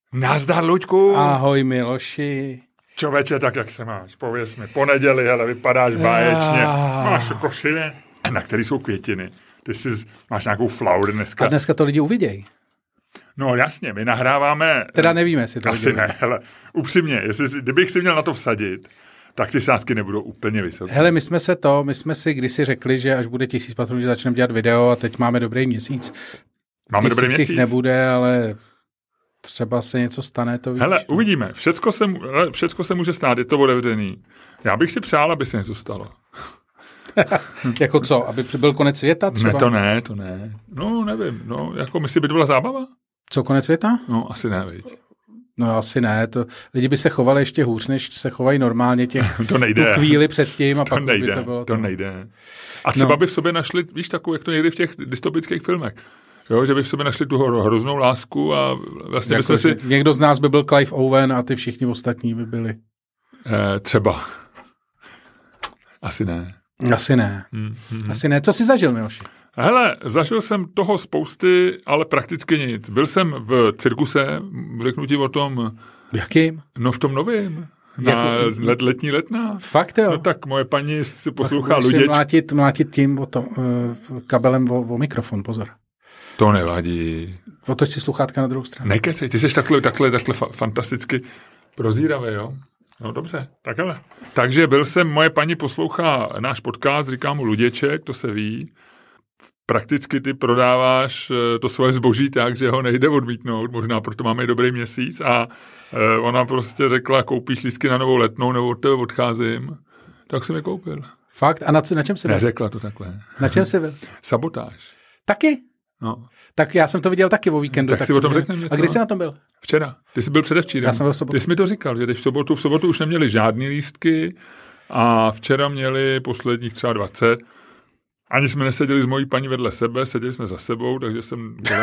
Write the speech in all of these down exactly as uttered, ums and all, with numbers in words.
Nazdar, Luďku. Ahoj, Miloši. Čověče, tak jak se máš? Pověz mi. Po neděli, hele, vypadáš báječně. Máš košily, na který jsou květiny. Ty jsi, máš nějakou flaur dneska. A dneska to lidi uvidějí. No jasně, my nahráváme... Teda nevíme, jestli to asi lidi ne, hele, upřímně, jestli, kdybych si měl na to vsadit, tak ty sázky nebudou úplně vysoké. Hele, my jsme se to, my jsme si kdysi řekli, že až bude tisíc patronů, že začneme dělat video a teď máme dobrý měsíc. Máme dobrý měsíc? Nebude, ale třeba se něco stane, to víš. Hele, uvidíme. Všecko se, všecko se může stát, je to otevřený. Já bych si přál, aby se něco stalo. Jako co? Aby byl konec světa třeba? Ne, to ne, to ne. No, nevím. No, jako myslí, by to byla zábava? Co, konec světa? No, asi ne, viď. No asi ne, to, lidi by se chovali ještě hůř, než se chovají normálně těch to nejde. tu chvíli předtím a to pak nejde, by to bylo. To, to nejde. A třeba no. by v sobě našli, víš, takovou, jak to někdy v těch dystopických filmech, jo, že by v sobě našli tu hroznou lásku a vlastně jako, bychom si... Někdo z nás by byl Clive Owen a ty všichni ostatní by byli. Eh, třeba. Asi ne. Asi ne. Hmm, hmm. Asi ne. Co jsi zažil, Miloši? Hele, zažil jsem toho spousty, ale prakticky nic. Byl jsem v cirkuse, řeknu ti o tom... V jakým? No v tom novým. Na jako, let, letní letná. Fakt jo? No tak moje paní si poslouchá Luděč. Luděč. Mlátit, mlátit tím o tom, uh, kabelem o, o mikrofon, pozor. To nevadí. Otoč si sluchátka na druhou stranu. Nekecej, ty jsi takhle, takhle, takhle fa- fantasticky prozíravý, jo? No dobře, tak ale. Takže byl jsem, moje paní poslouchá náš podcast, říká mu Luděček, to se ví. Prakticky ty prodáváš to svoje zboží tak, že ho nejde odmítnout, možná proto máme dobrý měsíc a ona prostě řekla, koupíš lístky na novou letnou, nebo od tebe odcházím, tak jsem je koupil. Fakt? A na, co, na čem jsi byl? Neřekla to takhle. Na čem jsi byl? Sabotáž. Taky? No. Tak já jsem to viděl taky o víkendu. Tak, tak si o tom řekl, řekneme něco. A kdy jsi na tom byl? Včera. Ty jsi byl předevčírem. Já jsem byl v sobotu. Ty jsi mi to říkal, že v sobotu, v sobotu už neměli žádný lístky a včera měli posledních třeba dvacet. Ani jsme neseděli s mojí paní vedle sebe, seděli jsme za sebou, takže jsem kolen,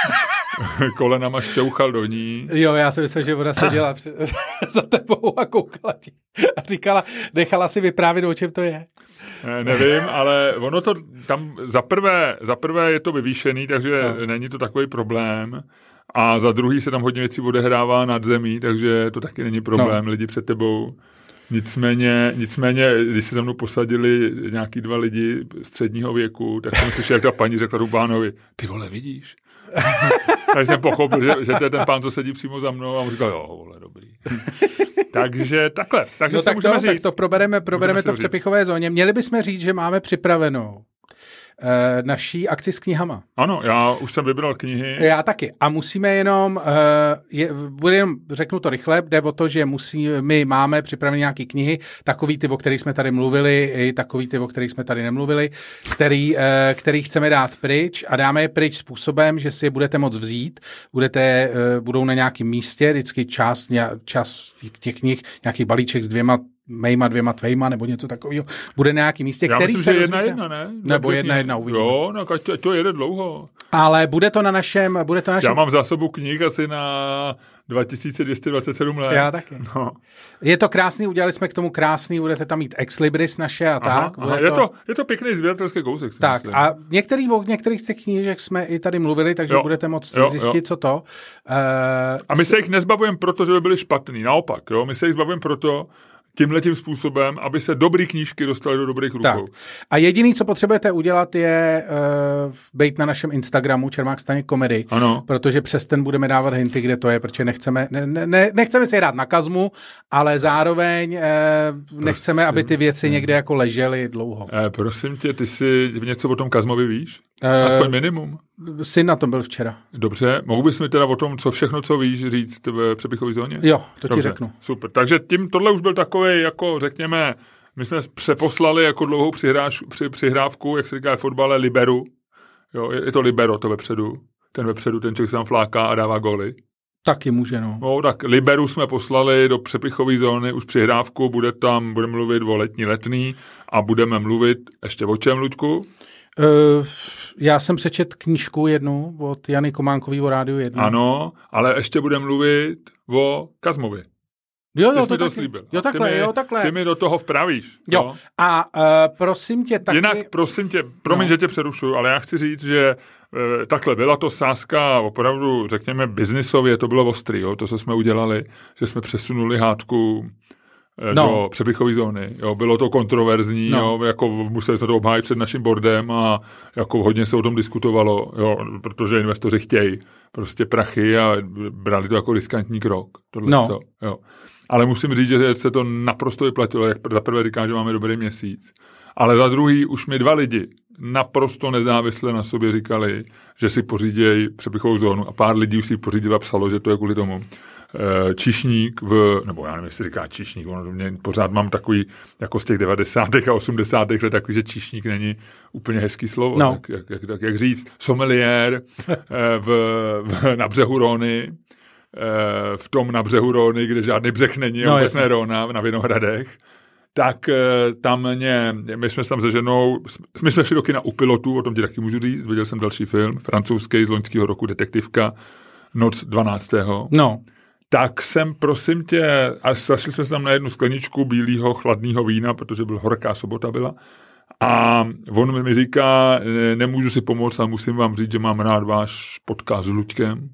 kolenama šťouchal do ní. Jo, já jsem myslel, že ona seděla při, za tebou a koukala ti. A říkala, nechala si vyprávět, o čem to je. Ne, nevím, ale ono to tam za prvé, za prvé je to vyvýšený, takže no. Není to takový problém. A za druhý se tam hodně věcí odehrává nad zemí, takže to taky není problém, no. Lidi před tebou. Nicméně, nicméně, když se za mnou posadili nějaký dva lidi středního věku, tak jsem slyšel, jak ta paní řekla Rubánovi, ty vole, vidíš? Tak jsem pochopil, že, že to je ten pán, co sedí přímo za mnou a on říkal, jo, vole, dobrý. Takže takhle. Takže no tak, můžeme to, říct, tak to probereme, probereme to v přepichové zóně. Měli bychom říct, že máme připravenou Uh, naší akci s knihama. Ano, já už jsem vybral knihy. Já taky. A musíme jenom, uh, je, bude jenom, řeknu to rychle, jde o to, že musí, my máme připravené nějaké knihy, takový ty, o kterých jsme tady mluvili, i takový ty, o kterých jsme tady nemluvili, který, uh, který chceme dát pryč a dáme je pryč způsobem, že si je budete moct vzít, budete, uh, budou na nějakém místě, vždycky čas, čas těch knih, nějaký balíček s dvěma mejma, dvěma tvejma, nebo něco takového. Bude na nějakém místě, já který myslím, se že rozvíte. jedna jedna, ne? Nebo jedna jedna uvidíme. Jo, no, to, to jede dlouho. Ale bude to na našem, bude to na našem... Já mám zásobu knih asi na dva tisíce dvě stě dvacet sedm let. Já taky. No. Je to krásný, udělali jsme k tomu krásný, budete tam mít ex libris naše a aha, tak. Aha, to... Je, to, je to pěkný sběratelský kousek. Tak myslím. a některý, o některých z těch knížek jsme i tady mluvili, takže jo, budete moct jo, zjistit, jo. co to. Uh, a my se jich nezbavujeme proto, že by byli špatný. Naopak, jo? My se jich zbavujeme proto, tímhletím způsobem, aby se dobrý knížky dostaly do dobrých rukou. Tak. A jediný, co potřebujete udělat, je uh, být na našem Instagramu Čermák Staněk Comedy, ano. Protože přes ten budeme dávat hinty, kde to je, protože nechceme, ne, ne, nechceme si hrát na kazmu, ale zároveň uh, nechceme, prosím, aby ty věci tě. někde jako ležely dlouho. Eh, prosím tě, ty si něco o tom Kazmovi víš? Uh, Aspoň minimum. Syn na tom byl včera. Dobře, mohu bys mi teda o tom, co všechno, co víš, říct v přepichové zóně? Jo, to Dobře, ti řeknu. Super, takže tím tohle už byl takový, jako řekněme, my jsme přeposlali jako dlouhou přihráš, při, přihrávku, jak se říká v fotbale, liberu. Jo, je, je to libero, to vepředu. Ten vepředu, ten člověk se tam fláká a dává góly. Taky může, no. No, tak liberu jsme poslali do přepichové zóny už přihrávku, bude tam, budeme mluvit o letní letný a budeme mluvit ještě o čem, Luďku? Uh, já jsem přečet knížku jednu od Jany Kománkový o Rádiu jedna. Ano, ale ještě budeme mluvit o Kazmovi. Jo, jo, jo, to to to taky. slíbil. Jo, takhle, ty mi, jo, takhle. Ty mi do toho vpravíš. Jo, no. a uh, prosím tě taky... Jinak, prosím tě, promiň, no. že tě přerušuju, ale já chci říct, že e, takhle byla to sázka opravdu, řekněme, biznisově, to bylo ostrý, jo, to, co jsme udělali, že jsme přesunuli hádku e, no. do přepichové zóny. Jo, bylo to kontroverzní, no. jo, jako museli jsme to obhájit před naším bordem a jako hodně se o tom diskutovalo, jo, protože investoři chtějí prostě prachy a brali to jako riskantní krok. Tohle no. to, jo. Ale musím říct, že se to naprosto vyplatilo, jak za prvé říkám, že máme dobrý měsíc. Ale za druhý už mi dva lidi naprosto nezávisle na sobě říkali, že si pořídějí přepichovou zónu a pár lidí už si pořídilo a psalo, že to je kvůli tomu. Číšník v, nebo já nevím, jestli říká číšník, ono mě pořád mám takový, jako z těch devadesátých a osmdesátých let, takový, že číšník není úplně hezký slovo, no. tak, jak, jak, tak jak říct, sommelier v, v, na břehu Róny, v tom na břehu Róny, kde žádný břeh není, no, vůbec ne Róna, na Vinohradech, tak tam mě, my jsme tam se ženou, my jsme šli do kina u pilotů, o tom ti taky můžu říct, viděl jsem další film, francouzský z loňského roku, detektivka, Noc dvanáctého No. Tak jsem, prosím tě, a zašli jsme se tam na jednu skleničku bílého chladného vína, protože byl horká sobota byla, a on mi říká, nemůžu si pomoct, ale musím vám říct, že mám rád váš podcast s Luďkem.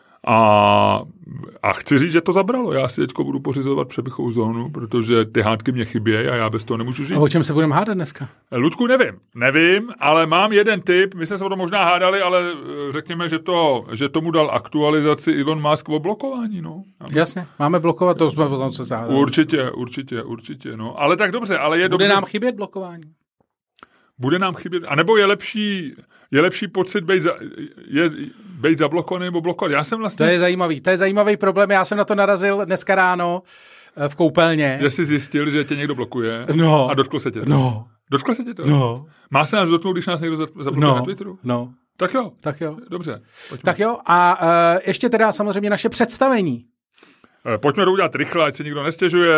A, a chci říct, že to zabralo. Já si teďko budu pořizovat přepichovou zónu, protože ty hádky mě chybějí a já bez toho nemůžu žít. A o čem se budeme hádat dneska? Luďku, nevím. Nevím, ale mám jeden tip. My jsme se o tom možná hádali, ale řekněme, že, to, že tomu dal aktualizaci Elon Musk o blokování. No. Jasně, máme blokovat, to jsme o tom se zahádali. Určitě, určitě, určitě. No. Ale tak dobře, ale je Bude dobře. nám chybět blokování? Bude nám chybět, anebo je lepší, je lepší pocit být, za, je, být zablokovaný nebo blokovat. Já jsem vlastně... To je zajímavý, to je zajímavý problém. Já jsem na to narazil dneska ráno v koupelně. Že jsi zjistil, že tě někdo blokuje no. a dotklo se tě to. No. Dotklo se tě to? No. Má se nás dotknout, když nás někdo zablokuje no. na Twitteru? No. Tak jo. Tak jo. Dobře. Pojďme. Tak jo a uh, ještě teda samozřejmě naše představení. Pojďme to udělat rychle, ať se nikdo nestěžuje.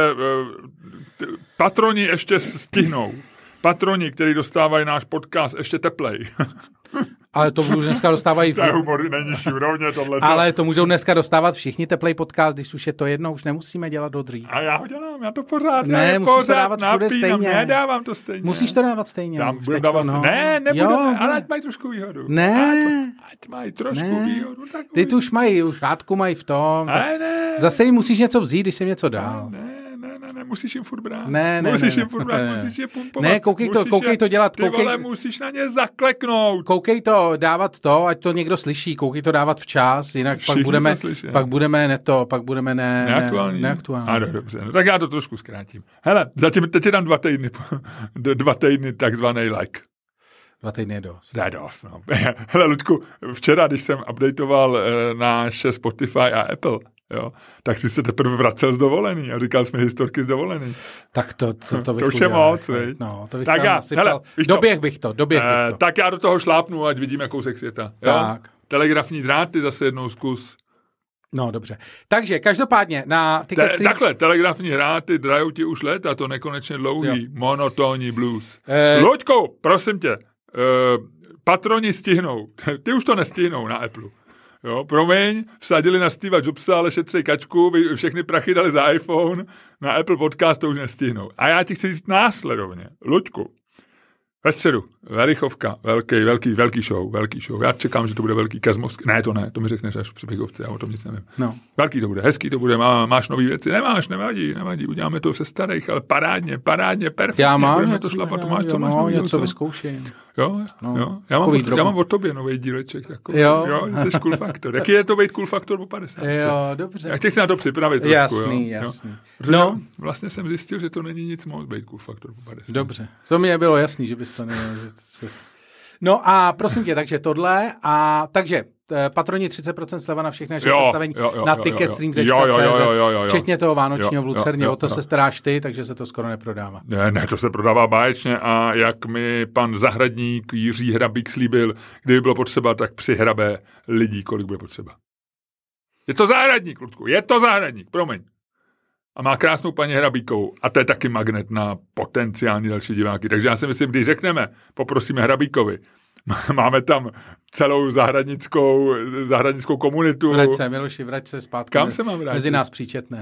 Patroni ještě stihnou. Patroni, kteří dostávají náš podcast ještě teplej. Ale to už dneska dostávají... To je humor nejnižší úrovně tohleto. Ale to můžou dneska dostávat všichni teplej podcast, když už je to jedno, už nemusíme dělat do dřív. A já ho dělám, já to pořád Ne, musíš pořád to dávat všude napínám, stejně. Nedávám to stejně. Musíš to dávat stejně. Tam budeme dávat no. Ne, nebudeme, jo, ale ať mají trošku výhodu. Ne. Ať, ať mají trošku ne. výhodu. Takový. Ty tu už mají, už hádku mají v tom. Ne, ne. Zase jim musíš něco vzít, když jsi jim něco dal. Ne, ne, ne, ne, musíš jim furt brát. Ne, ne, musíš ne, jim furt brát, ne, musíš je pumpovat. Ne, koukej to, koukej je, to dělat. Ty koukej, vole, musíš na ně zakleknout. Koukej to dávat to, ať to někdo slyší, koukej to dávat včas, jinak Všichni pak budeme, slyší, pak budeme neto, pak budeme ne, neaktuální. Ne, neaktuální. Ano, dobře, no, tak já to trošku zkrátím. Hele, zatím teď ti dám dva týdny, dva týdny takzvaný like. Dva týdny je dost. Je dost, no. Hele, Luďku, včera, když jsem updateoval e, náš Spotify a Apple, jo, tak jsi se teprve vracel z dovolený a říkal jsme historky z dovolený. Tak to, to, to bych To už je udělal, moc, viď? No, to bych tak tam já, nasypal. hele, Doběh bych to, doběh bych to. E, tak já do toho šlápnu, ať vidíme kousek světa. Jo? Tak. Telegrafní dráty zase jednou zkus. No, dobře. Takže každopádně na Te, stream... Takhle, telegrafní dráty drajou ti už let a to nekonečně dlouhý, jo. Monotónní blues. E... Loďko, prosím tě, e, patroni stihnou. Ty už to nestihnou na Apple. Jo, promiň, vsadili na Steva Jobsa, ale šetřej kačku, všechny prachy dali za iPhone, na Apple Podcast to už nestihnou. A já ti chci říct následovně. Luďku, ve středu, Velichovka, velký, velký, velký show, velký show. Já čekám, že to bude velký kazmovský. Ne, to ne, to mi řekneš až v Přeběhovce, já o tom nic nevím. No. Velký to bude, hezký to bude, má, máš nový věci. Nemáš, nevadí, nevadí, uděláme to se starých, ale parádně, parádně, perfektně. Já mám budeme něco, to šlapat, já, máš co, jo, máš no, nový, něco co? vyzkouším. Jo, no, jo. Já, mám od, já mám od tobě nový díleček. Takový, jo. jo, jsi cool faktor. Jaký je to být cool faktor po padesát? Jo, dobře. Já chci na to připravit trošku. Jasný, jo, jasný. Jo. No. Vlastně jsem zjistil, že to není nic moc být cool faktor po padesát. Dobře. To mi bylo jasný, že bys to neměl. Že se... No a prosím tě, takže tohle a takže patroni třicet procent sleva na všechny naše představení na ticketstream tečka cé zet, včetně toho vánočního v Lucerně. O to se staráš ty, takže se to skoro neprodává. Ne, ne, to se prodává báječně a jak mi pan zahradník Jiří Hrabík slíbil, kdyby bylo potřeba, tak přihrabe lidí, kolik bude potřeba. Je to zahradník, Ludku, je to zahradník, promiň. A má krásnou paní Hrabíkovou. A to je taky magnet na potenciální další diváky. Takže já si myslím, když řekneme, poprosíme Hrabíkovi, máme tam celou zahradnickou, zahradnickou komunitu. Vrať se, Miloši, vrať se zpátky. Kam se mám vrátit? Mezi nás příčetné.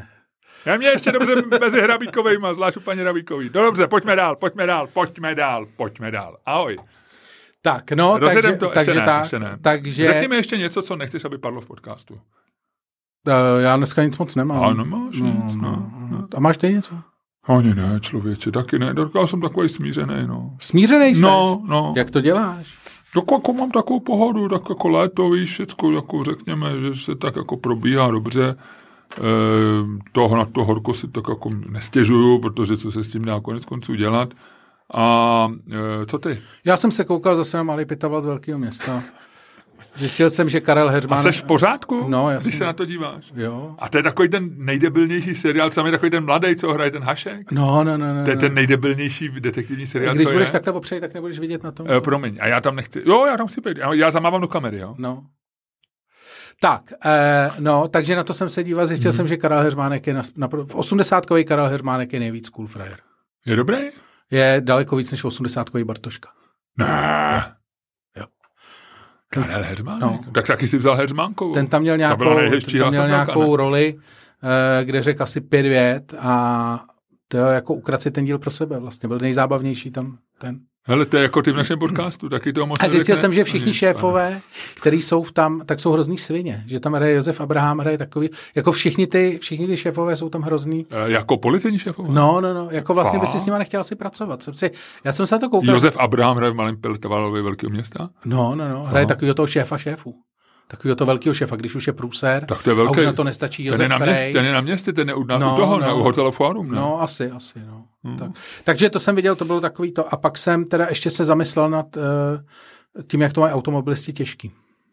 Já mě ještě dobře mezi Hrabíkovejma, zvlášť u paní Hrabíkový. No dobře, pojďme dál, pojďme dál, pojďme dál, pojďme dál. Ahoj. Tak, no, Rozjedem takže, to, takže ještě ne, tak, ještě ne. takže... Řekni mi ještě něco, co nechceš, aby padlo v podcastu. Uh, já dneska nic moc nemám. A nemáš no, nic, no, no, no. A máš ty něco? Ani ne, člověče, taky ne. Já jsem takový smířený, no. Smířenej jsi? No, no. Jak to děláš? Tak jako mám takovou pohodu, tak jako léto, víš, všecko, jako řekněme, že se tak jako probíhá dobře. E, toho na to horko si tak jako nestěžuju, protože co se s tím dá konec konců dělat. A e, co ty? Já jsem se koukal zase na Malý Pitaval z velkého města. Zjistil jsem, že Karel Heřman... A jsi v pořádku? No, jasně. Když se na to díváš? Jo. A to je takový ten nejdebilnější seriál, co je takový ten mladý, co hraje ten Hašek? No, no, no. no to je ten nejdebilnější detektivní seriál, Když co budeš je. takhle opřej, tak nebudeš vidět na tom. E, promiň, a já tam nechci... Jo, já tam chci být. Já, já zamávám do kamery, jo? No. Tak, eh, no, takže na to jsem se díval, zjistil hmm. jsem, že Karel Heřmánek je na, na, v osmdesátkový Karel Heřmánek je nejvíc cool frajer. Je dobrý? Je daleko víc než osmdesátkový Bartoška. Ne. Jo. Karel Heřmánek? No. Tak taky si vzal Heřmánkovou. Ten tam měl nějakou, ten tam měl nějakou roli, eh, kde řekl asi pět vět a to jako ukradl si ten díl pro sebe vlastně. Byl nejzábavnější tam ten. Hele, to je jako ty v našem podcastu, taky toho moc a zjistil řekne. jsem, že všichni šéfové, který jsou v tam, tak jsou hrozný svině. Že tam hraje Josef Abraham, hraje takový, jako všichni ty, všichni ty šéfové jsou tam hrozný. E, jako policejní šéfové? No, no, no, jako vlastně by si s nima nechtěl si pracovat. Jsem si, já jsem se na to koukal. Josef Abraham hraje v Malém Pitavalově velkého města? No, no, no, hraje takového toho šéfa šéfů. Takového toho velkého šéfa, když už je průser, tak to je velký, a už na to nestačí Josef ten je na městě, Frey. Ten je na městě, ten je u, na, no, u toho, no, ne, u hotelu Forum, ne? No, asi, asi, no. Hmm. Tak. Takže to jsem viděl, to bylo takový to. A pak jsem teda ještě se zamyslel nad uh, tím, jak to mají automobilisti těžký.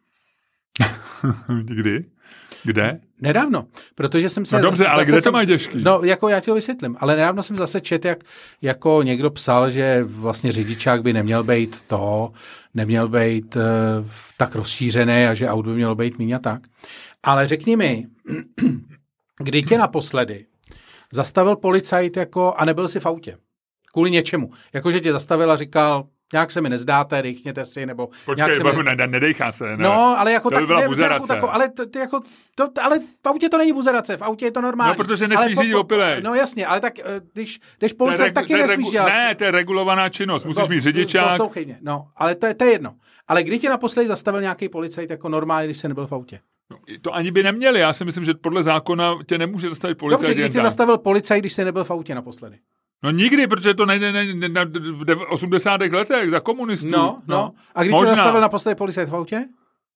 Kdy? Kde? Nedávno, protože jsem se... No dobře, zase, ale zase kde to jsem, mají těžký? No, jako já ti to vysvětlím, ale nedávno jsem zase čet, jak jako někdo psal, že vlastně řidičák by neměl být to, neměl být uh, tak rozšířený a že auto by mělo být míň a tak. Ale řekni mi, kdy tě naposledy zastavil policajt jako, a nebyl jsi v autě, kvůli něčemu, jakože tě zastavil a říkal, nějak se mi nezdáte, dejchněte si, nebo... Počkej, nějak se mi... ne, ne, nedejchá se. Ne. No, ale jako to by tak... byla Ne, buzerace. jako, ale, to, to, jako, to, ale v autě to není buzerace, v autě je to normální. No, protože nesmíš řídit opilej. No jasně, ale tak, když jdeš policajt, taky regu, nesmíš dělat. Ne, to je regulovaná činnost, musíš mít řidičák. Poslouchej mě, no, ale to je, to je jedno. Ale kdy tě naposledy zastavil nějaký policajt jako normálně, když jsi nebyl v autě? No, to ani by neměli, já si myslím, že podle zákona tě nemůže zastavit policajt. Dobře, kdy tě zastavil policajt, když jsi nebyl v autě naposledy? No nikdy, protože to nejde ne, ne, ne, v osmdesátých letech za komunistů. No, no. no. A kdy Možná. tě zastavil naposledy policajt v autě?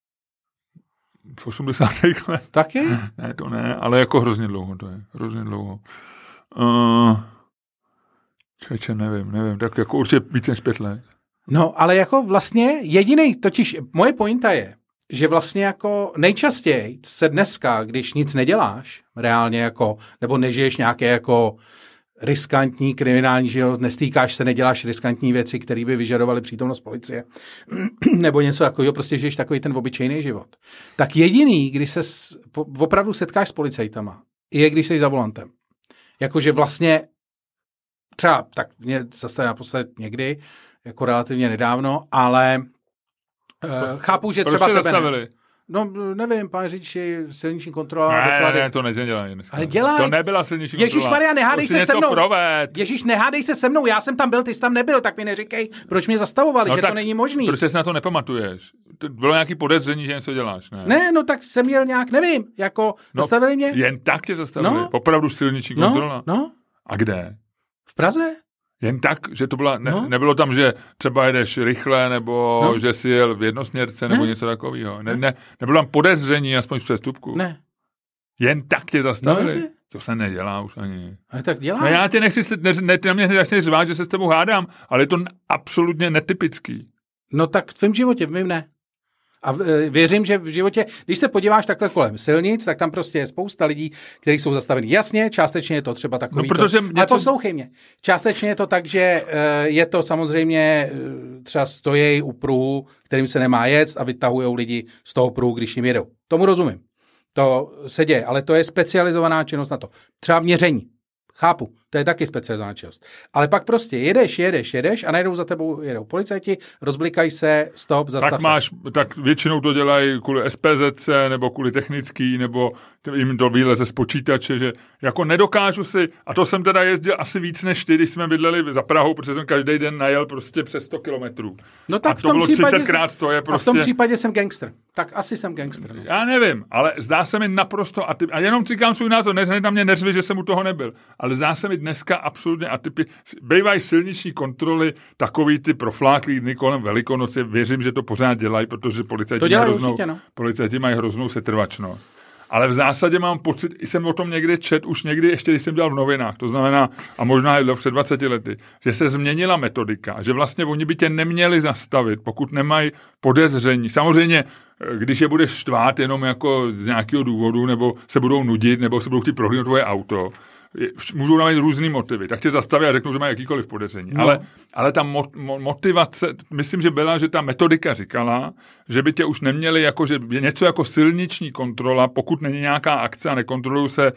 V osmdesátých letech. Taky? Ne, to ne, ale jako hrozně dlouho to je. Hrozně dlouho. Uh, čeče, nevím, nevím. Tak jako určitě víc než pět let. No, ale jako vlastně jedinej, totiž moje pointa je, že vlastně jako nejčastěji se dneska, když nic neděláš, reálně jako, nebo nežiješ nějaké jako riskantní, kriminální život, nestýkáš se, neděláš riskantní věci, které by vyžadovaly přítomnost policie, nebo něco takového, prostě žiješ takový ten obyčejný život. Tak jediný, kdy se s, opravdu setkáš s policajtama, je když jsi za volantem. Jakože vlastně třeba, tak mě zastavili naposled někdy, jako relativně nedávno, ale uh, chápu, že třeba tebe zastavili? Ne. No, nevím, pane řidiči, silniční kontrola, ne, doklady. Ne, to nedělají dneska. Ale dělají. To nebyla silniční kontrola. Ježíšmarja, nehádej se se mnou. Proved. Ježíš, nehádej se se mnou, já jsem tam byl, ty jsi tam nebyl, tak mi neříkej, proč mě zastavovali, no že to není možný. Proč se na to nepamatuješ? To bylo nějaký podezření, že něco děláš, ne? Ne, no tak jsem měl nějak, nevím, jako no, zastavili mě. Jen tak tě zastavili, no, opravdu silniční kontrola. No, no. A kde? V Praze. Jen tak, že to byla, ne, no. nebylo tam, že třeba jedeš rychle, nebo no. že si jel v jednosměrce, nebo ne. něco takového. Ne, ne, nebylo tam podezření, aspoň v přestupku. Ne. Jen tak tě zastavili. No, to se nedělá už ani. Ale tak dělá. No já tě nechci, ne, ne, ty na mě nechci řvát, že se s tebou hádám, ale je to absolutně netypický. No tak v tvém životě, v mým ne. A věřím, že v životě, když se podíváš takhle kolem silnic, tak tam prostě je spousta lidí, kteří jsou zastaveni. Jasně, částečně je to třeba takový. No, protože to, něco... Ale poslouchej mě. Částečně je to tak, že je to samozřejmě třeba stojí u pruhu, kterým se nemá jet a vytahujou lidi z toho pruhu, když jim jedou. Tomu rozumím. To se děje, ale to je specializovaná činnost na to. Třeba měření. Chápu. To je taky specializovaná činnost. Ale pak prostě jedeš, jedeš, jedeš a najednou za tebou jedou policajti, rozblikají se, stop, zastav tak se. máš, tak většinou to dělají kvůli S P Z C nebo kvůli technický, nebo jim to vyleze z počítače, že jako nedokážu si, a to jsem teda jezdil asi víc než ty, když jsme bydleli za Prahou, protože jsem každý den najel prostě přes sto kilometrů. No tak a to bylo třicetkrát, to je prostě... A v tom případě jsem gangster. Tak asi jsem gangster. No. Já nevím, ale zdá se mi naprosto, atyp... a jenom říkám svůj názor, ne, na mě neřvi, že jsem u toho nebyl, ale zdá se mi dneska absolutně atypy. Bývají silniční kontroly, takový ty profláklý dny kolem Velikonoce, věřím, že to pořád dělají, protože policajti, mají hroznou, určitě, no. policajti mají hroznou setrvačnost. Ale v zásadě mám pocit, i jsem o tom někde čet, už někdy ještě, když jsem dělal v novinách, to znamená, a možná i před dvaceti lety, že se změnila metodika, že vlastně oni by tě neměli zastavit, pokud nemají podezření. Samozřejmě, když je budeš štvát jenom jako z nějakého důvodu, nebo se budou nudit, nebo se budou chtít prohlídnout tvoje auto, můžou mít různý motivy, tak tě zastaví a řeknou, že mají jakýkoliv podezření. No. Ale, ale ta mo, mo, motivace, myslím, že byla, že ta metodika říkala, že by tě už neměli, jako, že je něco jako silniční kontrola, pokud není nějaká akce a nekontrolují se,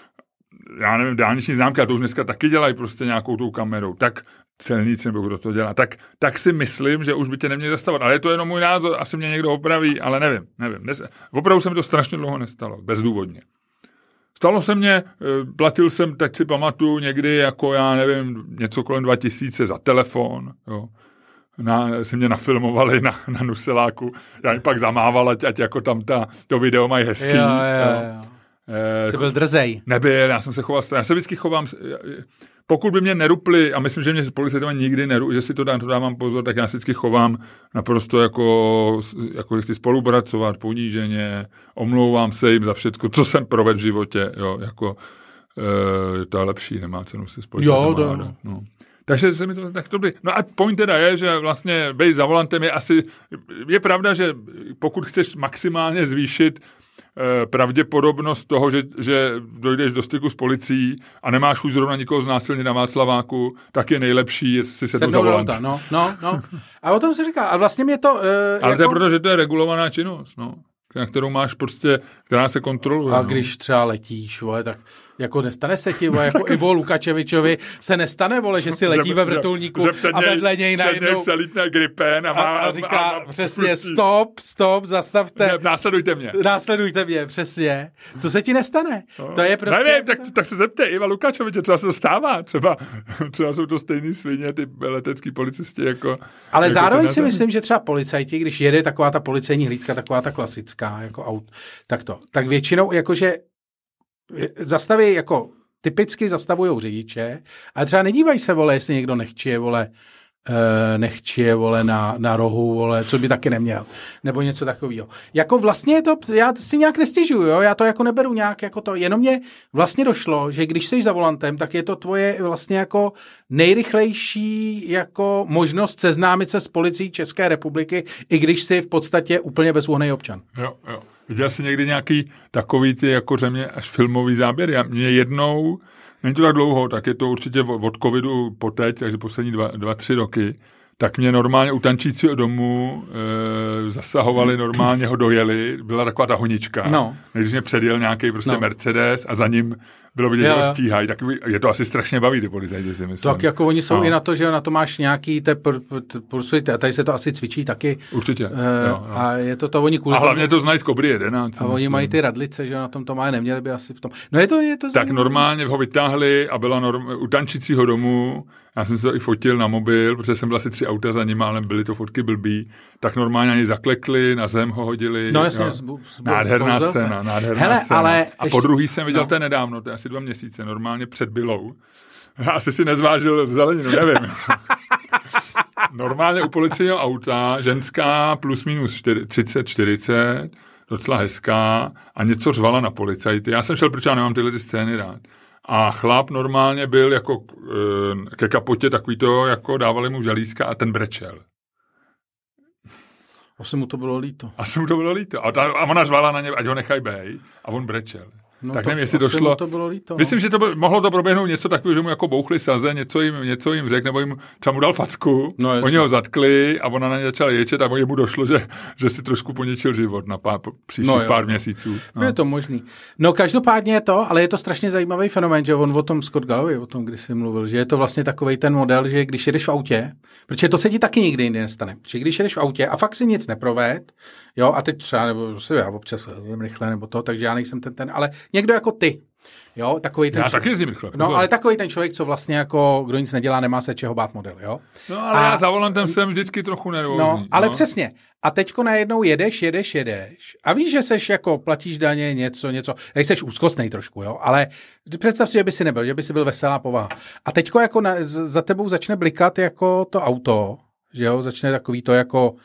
já nevím, dálniční známky, a to už dneska taky dělají prostě nějakou tou kamerou, tak celníci, nebo kdo to dělá, tak, tak si myslím, že už by tě neměli zastavovat. Ale je to jenom můj názor, asi mě někdo opraví, ale nevím, nevím. Nes, opravdu se mi to strašně dlouho nestalo, bezdůvodně. Stalo se mně, platil jsem, teď si pamatuju, někdy jako, já nevím, něco kolem dva tisíce za telefon, jo. Na, si mě nafilmovali na, na Nuseláku, já jim pak zamával, ať, ať jako tam ta, to video mají hezký. Jo, jo, jo. Eh, Jsi byl drzej. Nebyl, já jsem se choval, já se vždycky chovám, pokud by mě nerupli, a myslím, že mě policajtové nikdy nerupli, že si to, dám, to dávám pozor, tak já se vždycky chovám naprosto jako, jako chci spolupracovat, poníženě, omlouvám se jim za všechno, co jsem provedl v životě, jo, jako e, to je lepší, nemá cenu se společovat. Jo, to, no. Takže se mi to tak to by. No a point teda je, že vlastně být za volantem je asi, je pravda, že pokud chceš maximálně zvýšit pravděpodobnost toho, že, že dojdeš do styku s policií a nemáš už zrovna nikoho znásilnit na Václaváku, tak je nejlepší, jestli se sednou za volant. No, no, no. A o tom se říká. A vlastně mě to... Uh, Ale jako... to je proto, že to je regulovaná činnost, no. Na kterou máš prostě, která se kontroluje. A no. když třeba letíš, vole, tak jako nestane se ti, vole, jako Ivo Lukačevičovi se nestane, vole, že si letí že, ve vrtulníku že, že a vedle něj najednou... Před něj přelítne Gripen a, má, a, a říká a, a, pustí. přesně stop, stop, zastavte. Ne, následujte mě. Následujte mě, přesně. To se ti nestane. No. To je prostě... Nevím, tak, tak se zeptej Iva Lukačoviče, třeba se to stává. Třeba, třeba jsou to stejný svině, ty letecký policisti. Jako, Ale jako zároveň si myslím, že třeba policajti, když jede taková ta policejní hlídka, taková ta klasická, jako aut, tak to, tak většinou jakože zastaví jako typicky zastavujou řidiče, ale třeba nedívají se, vole, jestli někdo nechčije, vole, e, nechčije, vole, na, na rohu, vole, co by taky neměl, nebo něco takového. Jako vlastně je to, já si nějak nestěžuju, jo, já to jako neberu nějak jako to, jenom mě vlastně došlo, že když jsi za volantem, tak je to tvoje vlastně jako nejrychlejší jako možnost seznámit se s policií České republiky, i když jsi v podstatě úplně bezúhonný občan. Jo, jo. Viděl jsi někdy nějaký takový ty jako země až filmový záběr? Já, mě jednou, není to tak dlouho, tak je to určitě od covidu poteď, takže poslední dva, dva, tři roky, tak mě normálně u tančícího domu e, zasahovali, normálně ho dojeli, byla taková ta honička. No. Když mě předjel nějaký prostě no. Mercedes a za ním bylo vidět, že ho stíhají, tak je to asi strašně baví, ty policajti, si myslím. Tak jako oni jsou no. i na to, že na to máš nějaký, te, a tady se to asi cvičí taky. Určitě. E, jo, jo. A je to to, oni kvůli A hlavně to znají z Kobry jedenáct. A oni mají ty radlice, že na tom to mají, neměli by asi v tom. No je to, je to tak zajímavé. Normálně ho vytáhli a byla norm, u tančícího domu, já jsem se to i fotil na mobil, protože jsem byl asi tři auta za nimi, ale byly to fotky blbý, tak normálně ani zaklekli, na zem ho hodili. No jasně. Nádherná scéna, nádherná Hele, scéna. Ale a po druhý jsem viděl no. ten nedávno, to je asi dva měsíce, normálně před Bylou. Já asi si nezvážil zeleninu, nevím. Normálně u policijního auta, ženská plus minus třicet čtyřicet, docela hezká a něco řvala na policajty. Já jsem šel, protože já nemám tyhle ty scény rád. A chlap normálně byl jako ke kapotě takový to, jako dávali mu žalízka a ten brečel. Asi mu to bylo líto. Asi mu to bylo líto. A, ta, a ona řvala na ně, ať ho nechaj bej. A on brečel. No tak to, nevím, jestli došlo. To bylo líto, no. Myslím, že to by, mohlo to proběhnout něco takového, že mu jako bouchli saze, něco jim, něco jim řekl, nebo jim třeba mu dal facku, no, oni ho zatkli a ona na ně začala ječet a mu došlo, že, že si trošku poničil život na pár, příštích no, pár měsíců. No. Je to možný. No každopádně je to, ale je to strašně zajímavý fenomén, že on o tom Scott Galloway, o tom, když jsi mluvil, že je to vlastně takovej ten model, že když jedeš v autě, protože to se ti taky nikdy jindy nestane, že když jedeš v autě a fakt si nic neproved, jo, a teď třeba, nebo si já občas jdem rychle, nebo to, takže já nejsem ten ten, ale někdo jako ty, jo, takový ten já člověk. taky jezdím rychle. No, ale takový ten člověk, co vlastně jako, kdo nic nedělá, nemá se čeho bát model, jo. No, ale a, já za volantem jsem vždycky trochu nervózní. No, ale no. Přesně. A teďko najednou jedeš, jedeš, jedeš a víš, že seš jako, platíš daně, něco, něco, jak seš úzkostnej trošku, jo, ale představ si, že by si nebyl, že by si byl veselá povaha. A teďko jako na, za tebou začne blikat jako to auto, že jo, začne takový to jako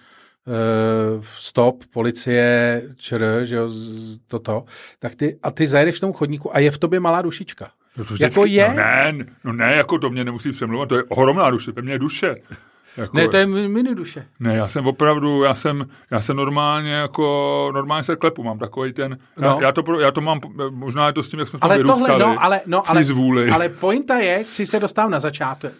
stop, policie, čr, že jo, toto, tak ty, a ty zajedeš k tomu chodníku a je v tobě malá dušička. No to jako je? No ne, no ne, jako to mě nemusí přemlouvat, to je ohromná duše, to mě je duše. Jako, ne, to je mini duše. Ne, já jsem opravdu, já jsem, já jsem normálně jako, normálně se klepu, mám takový ten, no. já, já, to, já to mám, možná je to s tím, jak jsme ale tam vyrůstali. Tohle, no, ale, no, ale, zvůli. ale pointa je, když se dostávám na začátek,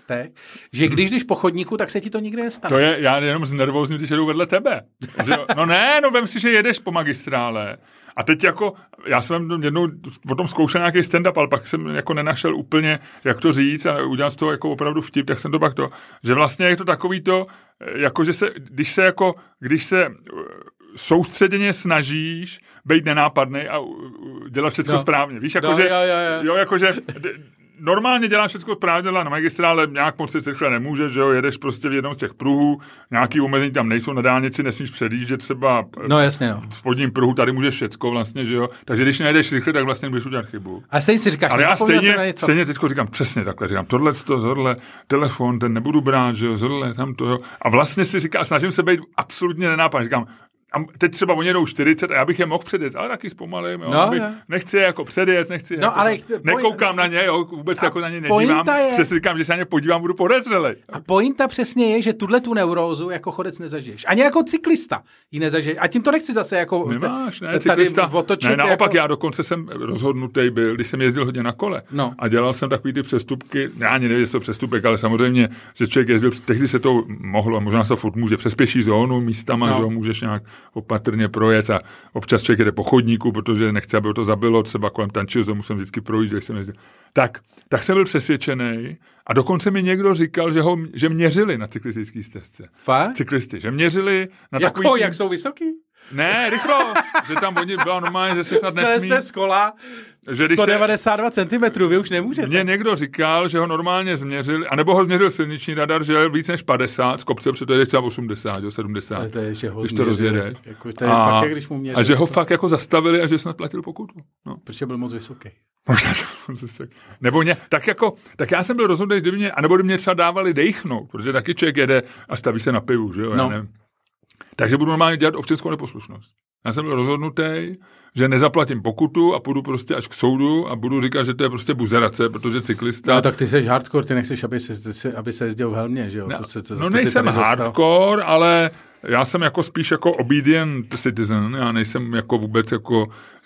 že když jdeš po chodníku, tak se ti to nikdy nestane. To je, já jenom znervózním, když jedu vedle tebe. Že, no ne, no vem si, že jedeš po magistrále. A teď jako, já jsem jednou o tom zkoušel nějaký stand-up, ale pak jsem jako nenašel úplně, jak to říct a udělal z toho jako opravdu vtip, tak jsem to pak to, že vlastně je to takový to, jako že se, když se jako, když se soustředěně snažíš být nenápadnej a dělat všechno no. správně. Víš, jako no, že, jo, jo, jo. jo, jako že normálně děláš všechno správně, na magistrále nějak moc se rychle nemůžeš, že jo, jedeš prostě v jednom z těch pruhů, nějaký omezení tam nejsou, na dálnici nesmíš předjíždět třeba no, jasně, no. v spodním pruhu, tady můžeš všecko vlastně, že jo, takže když nejedeš rychle, tak vlastně budeš udělat chybu. A stejně si říkáš, ale já stejně, stejně teďko říkám přesně takhle, říkám tohle, tohle, telefon, ten nebudu brát, že jo, tohle, tam to, jo, a vlastně si říkám, snažím se být absolutně nenápadný, říkám, a teď třeba oni jedou čtyřicet a já bych je mohl předjet, ale taky zpomalím, jo, no, nechci je jako předjet, nechci je no, jako, ale nekoukám na ně, jo, vůbec jako na ně nedívám, přesně říkám, že se na ně podívám, budu podezřelej. A pointa přesně je, že tuhle tu neurózu jako chodec nezažiješ. Ani jako cyklista ji nezažiješ. A tím to nechci zase jako nemáš, ne, cyklista, otočit. Ne, naopak jako... já dokonce jsem rozhodnutý byl, když jsem jezdil hodně na kole no. a dělal jsem takový ty přestupky, já ani nevím, jestli to přestupek, ale samozřejmě, že člověk jezdil, tehdy se to mohlo, možná se furt může přes pěší zónu místama, no. že můžeš nějak opatrně projet a občas člověk jde po chodníku, protože nechce, aby ho to zabilo, třeba kolem Tančího domu jsem vždycky projít, když jsem jezdil. Tak, tak jsem byl přesvědčený a dokonce mi někdo říkal, že, ho, že měřili na cyklistické stezce. Fakt? Cyklisty, že měřili na jako, takový... jak jsou vysoký? Ne, rychlo, že tam oni byla normálně, že se snad nesmí... Jste z kola že sto devadesát dva centimetrů, vy už nemůžete. Mně někdo říkal, že ho normálně změřili, anebo ho změřil silniční radar, že je víc než padesát, z kopce, protože to je třeba osmdesát, sedmdesát, to je, že ho když to rozjedeš. Jako, to je a, fakt, jak když mu měřili. A že ho fakt jako zastavili a že snad platil pokutu. No. Protože byl moc vysoký. Možná, že byl moc vysoký. Nebo ně, tak jako, tak já jsem byl rozhodný, kdyby mě, anebo by mě třeba dávali dejchnout, protože taky člověk jede a staví se na pivu, že jo, no. já nevím. Takže budu normálně dělat občanskou neposlušnost. Já jsem byl rozhodnutý, že nezaplatím pokutu a půjdu prostě až k soudu a budu říkat, že to je prostě buzerace, protože cyklista... No tak ty jsi hardcore, ty nechceš, aby se, aby se jezdil v helmě, že jo? No, to, to, no nejsem hardcore, ale já jsem jako spíš jako obedient citizen, já nejsem jako vůbec jako...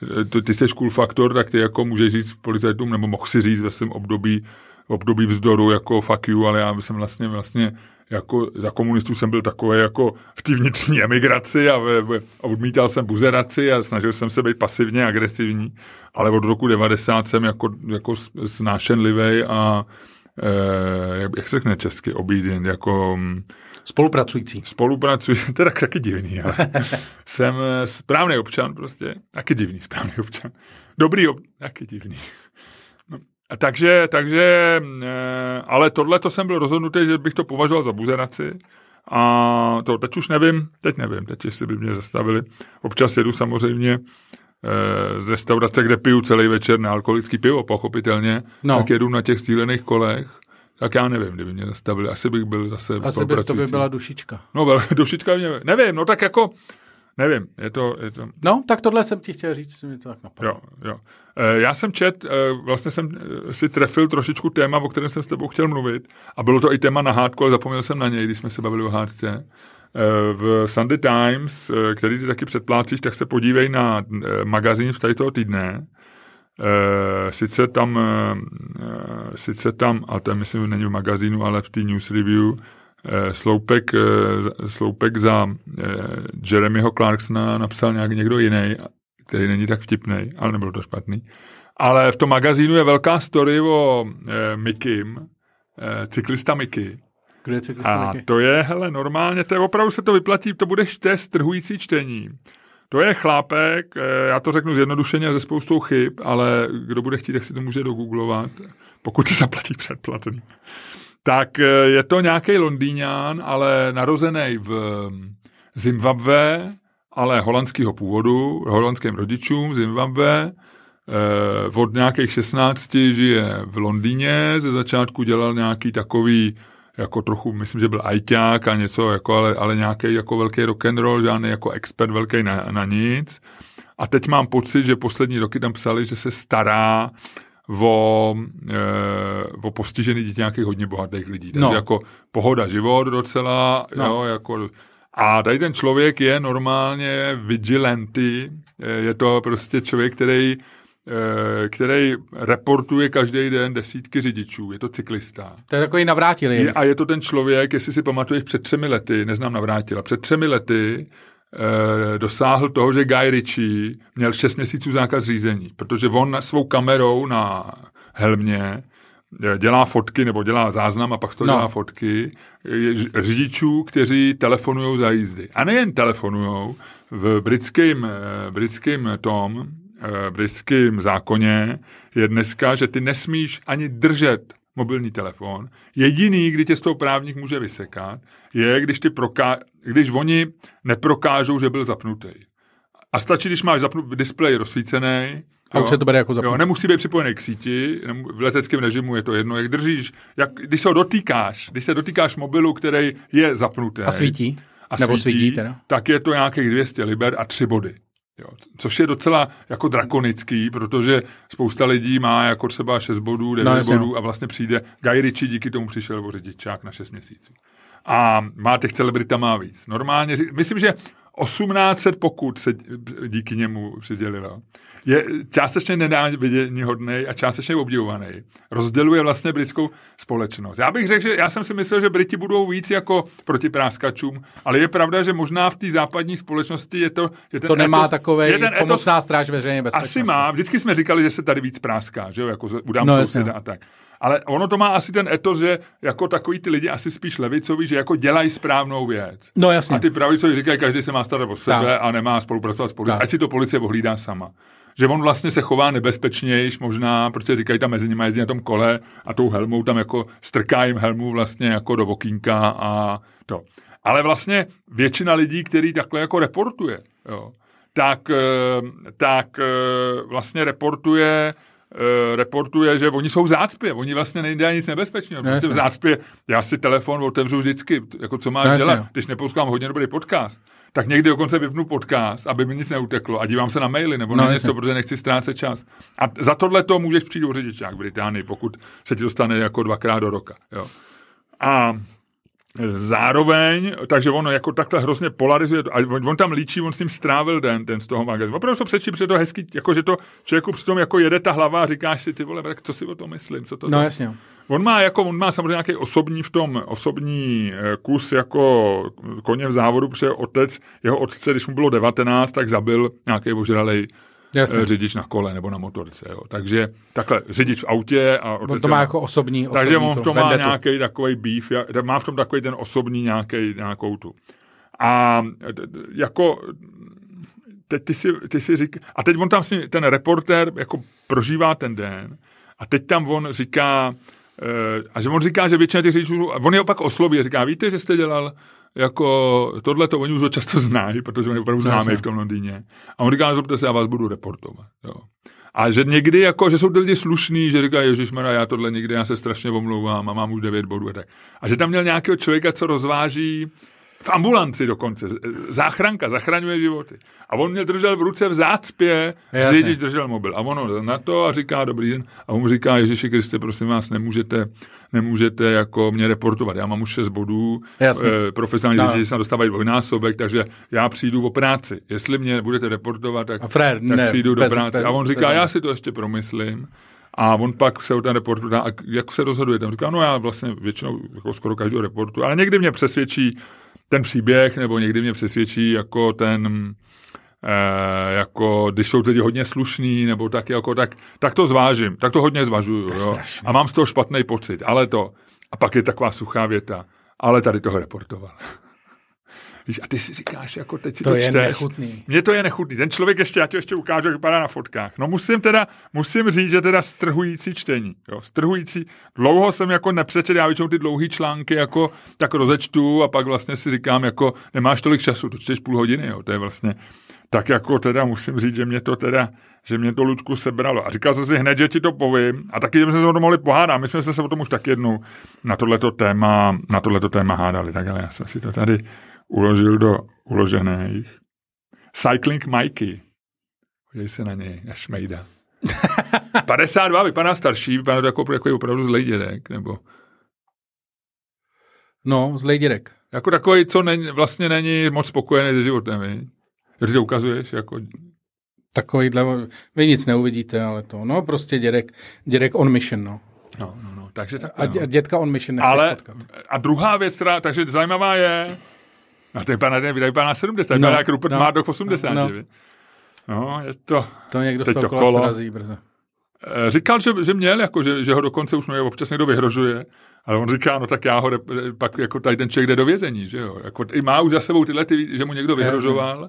Ty jsi cool faktor, tak ty jako můžeš říct policajtům, nebo mohl si říct ve svém období, období vzdoru jako fuck you, ale já jsem vlastně vlastně jako za komunistů jsem byl takový jako v té vnitřní emigraci a, v, v, a odmítal jsem buzeraci a snažil jsem se být pasivně agresivní, ale od roku devadesát jsem jako, jako snášenlivej a eh, jak se řekne česky, obedient, jako... Spolupracující. Spolupracující, to je taky divný, ale jsem správný občan prostě, taky divný správný občan. Dobrý občan, taky divný. Takže, takže, ale tohle to jsem byl rozhodnutý, že bych to považoval za buzeraci a to teď už nevím, teď nevím, teď jestli by mě zastavili. Občas jedu samozřejmě z restaurace, kde piju celý večer nealkoholický pivo, pochopitelně, no. Tak jedu na těch stílených kolech, tak já nevím, kdyby mě zastavili, asi bych byl zase asi by to by byla dušička. No, dušička mě, nevím, no tak jako, nevím, je to, je to... No, tak tohle jsem ti chtěl říct, mi to tak napadlo. Jo, jo. Já jsem čet, vlastně jsem si trefil trošičku téma, o kterém jsem s tebou chtěl mluvit a bylo to i téma na hádku, ale zapomněl jsem na něj, když jsme se bavili o hádce. V Sunday Times, který ty taky předplácíš, tak se podívej na magazín v tady toho týdne. E, sice tam, e, sice tam, ale to myslím, není v magazínu, ale v té news review, e, Sloupek, e, Sloupek za e, Jeremyho Clarksona napsal nějak někdo jiný, který není tak vtipnej, ale nebylo to špatný. Ale v tom magazínu je velká story o e, Mikim, e, cyklista Miky. Kdo je cyklista A Miky? to je, hele, normálně, to je opravdu se to vyplatí, to budeš té strhující čtení. To je chlápek, já to řeknu zjednodušeně ze spoustou chyb, ale kdo bude chtít, tak si to může dogooglovat, pokud se zaplatí předplatný. Tak je to nějaký Londýňan, ale narozený v Zimbabwe, ale holandského původu, holandským rodičům Zimbabwe. Od nějakých šestnácti žije v Londýně, ze začátku dělal nějaký takový jako trochu, myslím, že byl ajťák a něco, jako, ale, ale nějaký jako velký rock'n'roll, žádný jako expert velký na, na nic. A teď mám pocit, že poslední roky tam psali, že se stará o, e, o postižený děti nějakých hodně bohatých lidí. Takže no. jako pohoda život docela, no. jo, jako... A tady ten člověk je normálně vigilanty, je to prostě člověk, který který reportuje každý den desítky řidičů. Je to cyklista. To je takový Navrátilý. A je to ten člověk, jestli si pamatuješ, před třemi lety, neznám Navrátila, před třemi lety eh, dosáhl toho, že Guy Ritchie měl šest měsíců zákaz řízení, protože on svou kamerou na helmě dělá fotky, nebo dělá záznam a pak to no. dělá fotky řidičů, kteří telefonujou za jízdy. A nejen telefonujou, v britském, britském tom v britském zákoně je dneska, že ty nesmíš ani držet mobilní telefon. Jediný, kdy tě z toho právník může vysekat, je, když, ty proká- když oni neprokážou, že byl zapnutý. A stačí, když máš zapnut displej rozsvícený. A už se to bere jako zapnutý. Nemusí být připojený k síti, v leteckém režimu je to jedno, jak držíš, jak, když se ho dotýkáš, když se dotýkáš mobilu, který je zapnutý. A svítí. A Nebo svítí, svítí teda. Tak je to nějakých dvě stě liber a tři body. Jo, což je docela jako drakonický, protože spousta lidí má jako třeba šest bodů, devět no, bodů a vlastně přijde, Guy Ritchie díky tomu přišel o řidičák na šest měsíců. A má těch celebrita má víc. Normálně, myslím, že osmnáct set pokut se díky němu přidělilo. Je částečně nenáviděníhodnej a částečně obdivovaný. Rozděluje vlastně britskou společnost. Já bych řekl, že já jsem si myslel, že Briti budou víc jako proti práskačům, ale je pravda, že možná v té západní společnosti je to... Je ten to nemá etos, takovej pomocná stráž veřejné bezpečnosti. Asi má. Vždycky jsme říkali, že se tady víc práská, že jo, jako udám no, souseda a tak. Ale ono to má asi ten etos, že jako takový ty lidi asi spíš levicoví, že jako dělají správnou věc. No jasně. A ty pravicoví říkají, každý se má starat o sebe tak. a nemá spolupracovat s policií. Ať si to policie ohlídá sama. Že on vlastně se chová nebezpečnějš možná, protože říkají tam mezi nimi jezdí na tom kole a tou helmou tam jako strká jim helmu vlastně jako do okýnka a to. Ale vlastně většina lidí, který takhle jako reportuje, jo, tak, tak vlastně reportuje reportuje, že oni jsou v zácpě, oni vlastně nejde nic nebezpečného. Prostě v zácpě, já si telefon otevřu vždycky, jako co máš dělat, no. Když nepouskám hodně dobrý podcast, tak někdy dokonce vypnu podcast, aby mi nic neuteklo a dívám se na maily nebo no, na něco, protože nechci ztrácet čas. A za tohle to můžeš přijít o řidičák v Británii, pokud se ti dostane jako dvakrát do roka. Jo. A zároveň, takže on jako takhle hrozně polarizuje, a on, on tam líčí, on s ním strávil den, ten z toho magazínu. Opravdu se přečí, protože to hezký, jako že to člověku přitom jako jede ta hlava a říkáš si, ty vole, tak co si o tom myslím, co to No to? jasně. On má jako, on má samozřejmě nějaký osobní v tom, osobní kus jako koně v závodu, protože otec, jeho otce, když mu bylo devatenáct, tak zabil nějaký ožralej Jasně. řidič na kole nebo na motorce. Jo. Takže takhle řidič v autě a on to má jako osobní, osobní takže on v tom má vendetu. nějaký takový beef, má v tom takový ten osobní nějaký, nějakou tu. A jako teď ty si, ty si říká, a teď on tam ten reportér jako prožívá ten den a teď tam on říká, a že on říká, že většina těch řidičů, on je opak osloví a říká, víte, že jste dělal jako tohle to oni už ho často znají, protože on je opravdu známý v tom Londýně. A on říká, nezlobte se, já vás budu reportovat. Jo. A že někdy, jako, že jsou ty lidi slušný, že říkají, ježišmarja, já tohle někdy, já se strašně omlouvám a mám už devět bodů a tak. A že tam měl nějakého člověka, co rozváží v ambulanci dokonce, záchranka, zachraňuje životy. A on mě držel v ruce v zácpě, řidič držel mobil. A ono na to a říká, dobrý den. A on mu říká, Ježíši Kriste, prosím vás, nemůžete, nemůžete jako mě reportovat. Já mám už šest bodů, e, profesionální řidiči se dostávají dvojnásobek, takže já přijdu o práci. Jestli mě budete reportovat, tak, frér, tak ne, přijdu bez, do práce. Bez, a on říká, bez, já si to ještě promyslím. A on pak se o ten report dá, a jak se rozhoduje? Tam říká, no já vlastně většinou jako skoro každého reportu, ale někdy mě přesvědčí ten příběh, nebo někdy mě přesvědčí jako ten, eh, jako když jsou lidi hodně slušný, nebo tak, jako, tak, tak to zvážím, tak to hodně zvažuju. To jo. A mám z toho špatný pocit, ale to. A pak je taková suchá věta, ale tady toho reportoval. Víš, a ty si říkáš, jako teď si to, to čteš. To je nechutný. Mně to je nechutný. Ten člověk ještě, já ti ještě ukážu, jak vypadá na fotkách. No musím teda, musím říct, že teda strhující čtení. Jo, strhující. Dlouho jsem jako nepřečet, já většinou ty dlouhý články jako tak rozečtu a pak vlastně si říkám, jako nemáš tolik času, to čteš půl hodiny, jo, to je vlastně, tak jako teda musím říct, že mě to teda, že mě to Luďku sebralo. A říkal jsem si hned, že ti to povím. A taky jsme se o tom mohli pohádat. My jsme se o tom už tak jednou na tohleto téma, na tohleto téma hádali. Tak ale já jsem si to tady uložil do uložených. Cycling Mikey. Podívej se na něj, na šmejda. padesát dva, vypadá starší, vypadá to jako, jako opravdu zlej dědek, nebo... No, zlej dědek. Jako takový, co není, vlastně není moc spokojený se životem, víš? Když to ukazuješ, jako... Takovýhle, vy nic neuvidíte, ale to, no prostě dědek, dědek on mission, no. No, no, no, takže tak. A dě, dětka on mission nechceš ale, potkat. A druhá věc, která, takže zajímavá je, no ten pan ten vypadá na sedmdesát, no, jak Rupert no, Murdoch v osmdesáti, no, no. no, je to... To někdo z toho kola srazí brzo. Říkal, že, že měl, jako, že, že ho dokonce už mě občas někdo vyhrožuje, ale on říká, no tak já ho pak jako tady ten člověk jde do vězení, že jo. Jako, i má už za sebou tyhle, ty, že mu někdo vyhrožoval,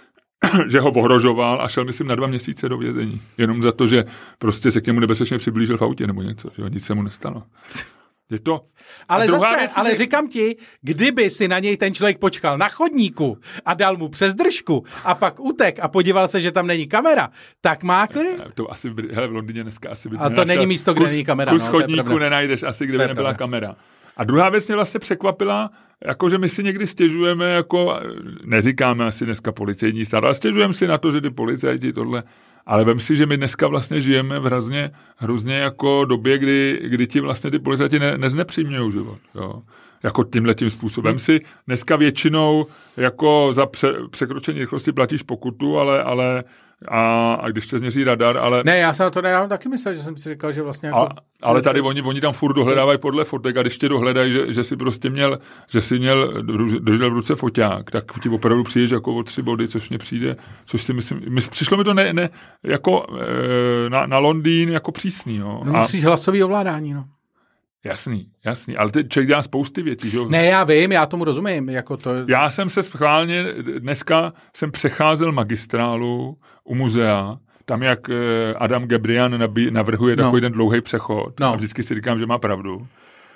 že ho ohrožoval a šel, myslím, na dva měsíce do vězení. Jenom za to, že prostě se k němu nebezpečně přiblížil v autě nebo něco, že nic se mu nestalo. Je to... Ale zase, věc, ale že... říkám ti, kdyby si na něj ten člověk počkal na chodníku a dal mu přes držku a pak utek a podíval se, že tam není kamera, tak mákli? To asi v, hele, v Londýně dneska asi by... A to není místo, kde kus, není kamera. Kus no, chodníku nenajdeš asi, kde by nebyla kamera. A druhá věc mě vlastně překvapila, jako že my si někdy stěžujeme, jako neříkáme asi dneska policejní stát, ale stěžujeme si na to, že ty policajti tohle, ale vem si, že my dneska vlastně žijeme v hrozně, hrozně jako době, kdy, kdy ti vlastně ty policajti ne, neznepříjemňují život, jo. Jako tímhletím způsobem. Hmm. Si dneska většinou jako za pře, překročení rychlosti platíš pokutu, ale, ale a, a když tě změří radar, ale... Ne, já jsem na to nedávno taky myslel, že jsem si říkal, že vlastně jako... A, ale tady oni, oni tam furt dohledávají podle fotek a když tě dohledají, že, že si prostě měl, že si měl, držel v ruce foťák, tak ti opravdu přijdeš jako o tři body, což mě přijde, což si myslím, my, přišlo mi to ne, ne jako e, na, na Londýn jako přísný, no. No musíš a, hlasový ovládání, no. Jasný, jasný, ale ty člověk dělá spousty věcí, že jo? Ne, já vím, já tomu rozumím. Jako to... Já jsem se schválně, dneska jsem přecházel magistrálu u muzea, tam jak Adam Gebrian nabí, navrhuje takový no. ten dlouhý přechod. No. A vždycky si říkám, že má pravdu.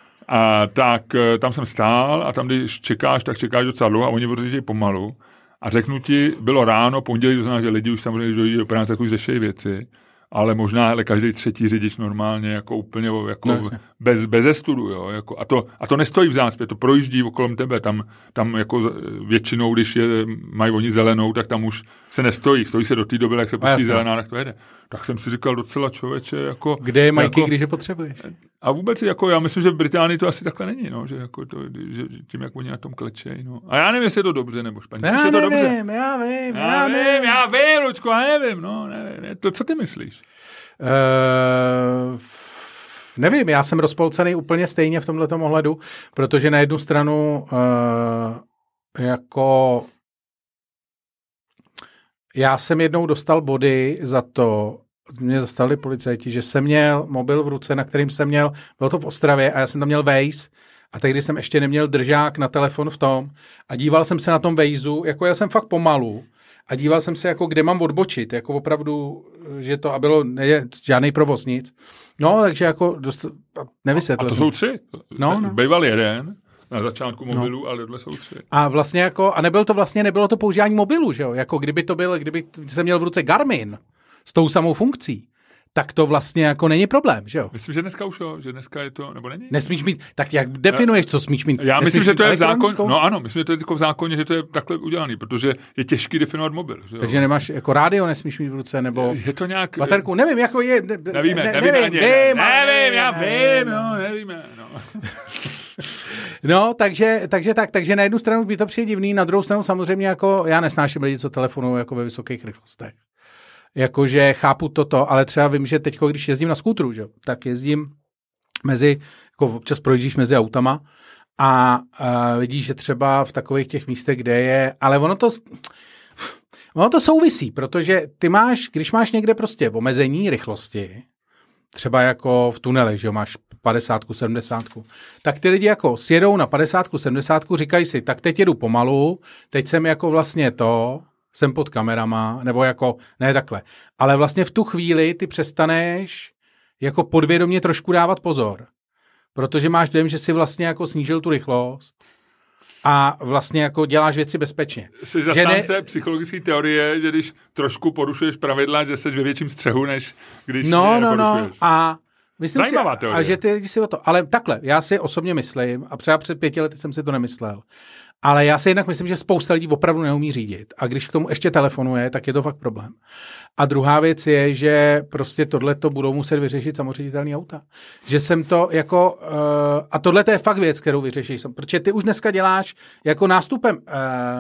A tak tam jsem stál a tam, když čekáš, tak čekáš docela dlouho a oni odjíždějí pomalu. A řeknu ti, bylo ráno, pondělí, to znamená, že lidi už samozřejmě dojíždějí do práce, tak už řeší věci. Ale možná ale každý třetí řidič normálně jako úplně jako no, bez, bez studu, jo, jako, a, to, a to nestojí v zácpě, to projíždí okolo tebe, tam, tam jako většinou, když je, mají oni zelenou, tak tam už se nestojí, stojí se do té doby, jak se pustí zelená, tak to jede. Tak jsem si říkal docela člověče, jako... Kde je Mikey, jako, když je potřebuješ? A vůbec, jako já myslím, že v Británii to asi takhle není, no, že jako to, že tím, jak oni na tom klečejí, no. A já nevím, jestli je to dobře, nebo špatně. Já je to nevím, dobře. já vím, já, já nevím. vím, já vím, Luďko, já nevím, no, nevím. To, co ty myslíš? Uh, nevím, já jsem rozpolcený úplně stejně v tomhletom ohledu, protože na jednu stranu uh, jako já jsem jednou dostal body za to, mě zastavili policajti, že jsem měl mobil v ruce, na kterým jsem měl, bylo to v Ostravě a já jsem tam měl Waze a tehdy jsem ještě neměl držák na telefon v tom a díval jsem se na tom Wazeu, jako já jsem fakt pomalu a díval jsem se, jako kde mám odbočit, jako opravdu, že to a bylo ne, žádný provoz, nic. No, takže jako dost, nevysvětlil. A to jsou tři. No, no. Býval jeden na začátku mobilu, no. Ale tohle jsou tři. A vlastně jako, a nebylo to vlastně, nebylo to používání mobilu, že jo, jako kdyby to byl, kdyby jsem měl v ruce Garmin s tou samou funkcí, tak to vlastně jako není problém, že jo? Myslím, že dneska už jo, že dneska je to, nebo není? Nesmíš mít, tak jak definuješ, co smíš mít? Já Nesmíš myslím, že to je v elektronickou? zákoně, no ano, myslím, že to je jako v zákoně, že to je takhle udělaný, protože je těžký definovat mobil. Že jo? Takže nemáš, jako rádio nesmíš mít v ruce, nebo je to nějak... baterku, nevím, jako je... Ne, nevíme, ne, nevíme, nevím, ani, nevím, nevím, nevím, já nevím, vím, no, nevíme, no. No, takže, takže tak, takže na jednu stranu mi to přijde divný, na druhou stranu samozřejmě jako, já nesnáším lidi, co telefonují jako ve vysokých rychlostech. Jakože chápu toto, ale třeba vím, že teď, když jezdím na skútru, že, tak jezdím mezi, jako občas projíždíš mezi autama a, a vidíš, že třeba v takových těch místech, kde je, ale ono to, ono to souvisí, protože ty máš, když máš někde prostě omezení rychlosti, třeba jako v tunelech, že máš padesátku, sedmdesátku, tak ty lidi jako sjedou na padesátku, sedmdesátku, říkají si, tak teď jedu pomalu, teď jsem jako vlastně to, jsem pod kamerama, nebo jako, ne takhle. Ale vlastně v tu chvíli ty přestaneš jako podvědomě trošku dávat pozor. Protože máš dojem, že si vlastně jako snížil tu rychlost a vlastně jako děláš věci bezpečně. Jsi zastánce ne... psychologické teorie, že když trošku porušuješ pravidla, že jsi ve větším střehu, než když no, no, porušuješ. No, a myslím Zajímavá si, teorie. A že ty lidi si o to, ale takhle, já si osobně myslím, a třeba před pěti lety jsem si to nemyslel, ale já si jednak myslím, že spousta lidí opravdu neumí řídit a když k tomu ještě telefonuje, tak je to fakt problém. A druhá věc je, že prostě tohleto budou muset vyřešit samoředitelný auta. Že jsem to jako, uh, a tohle je fakt věc, kterou vyřešíš, protože ty už dneska děláš jako nástupem, uh,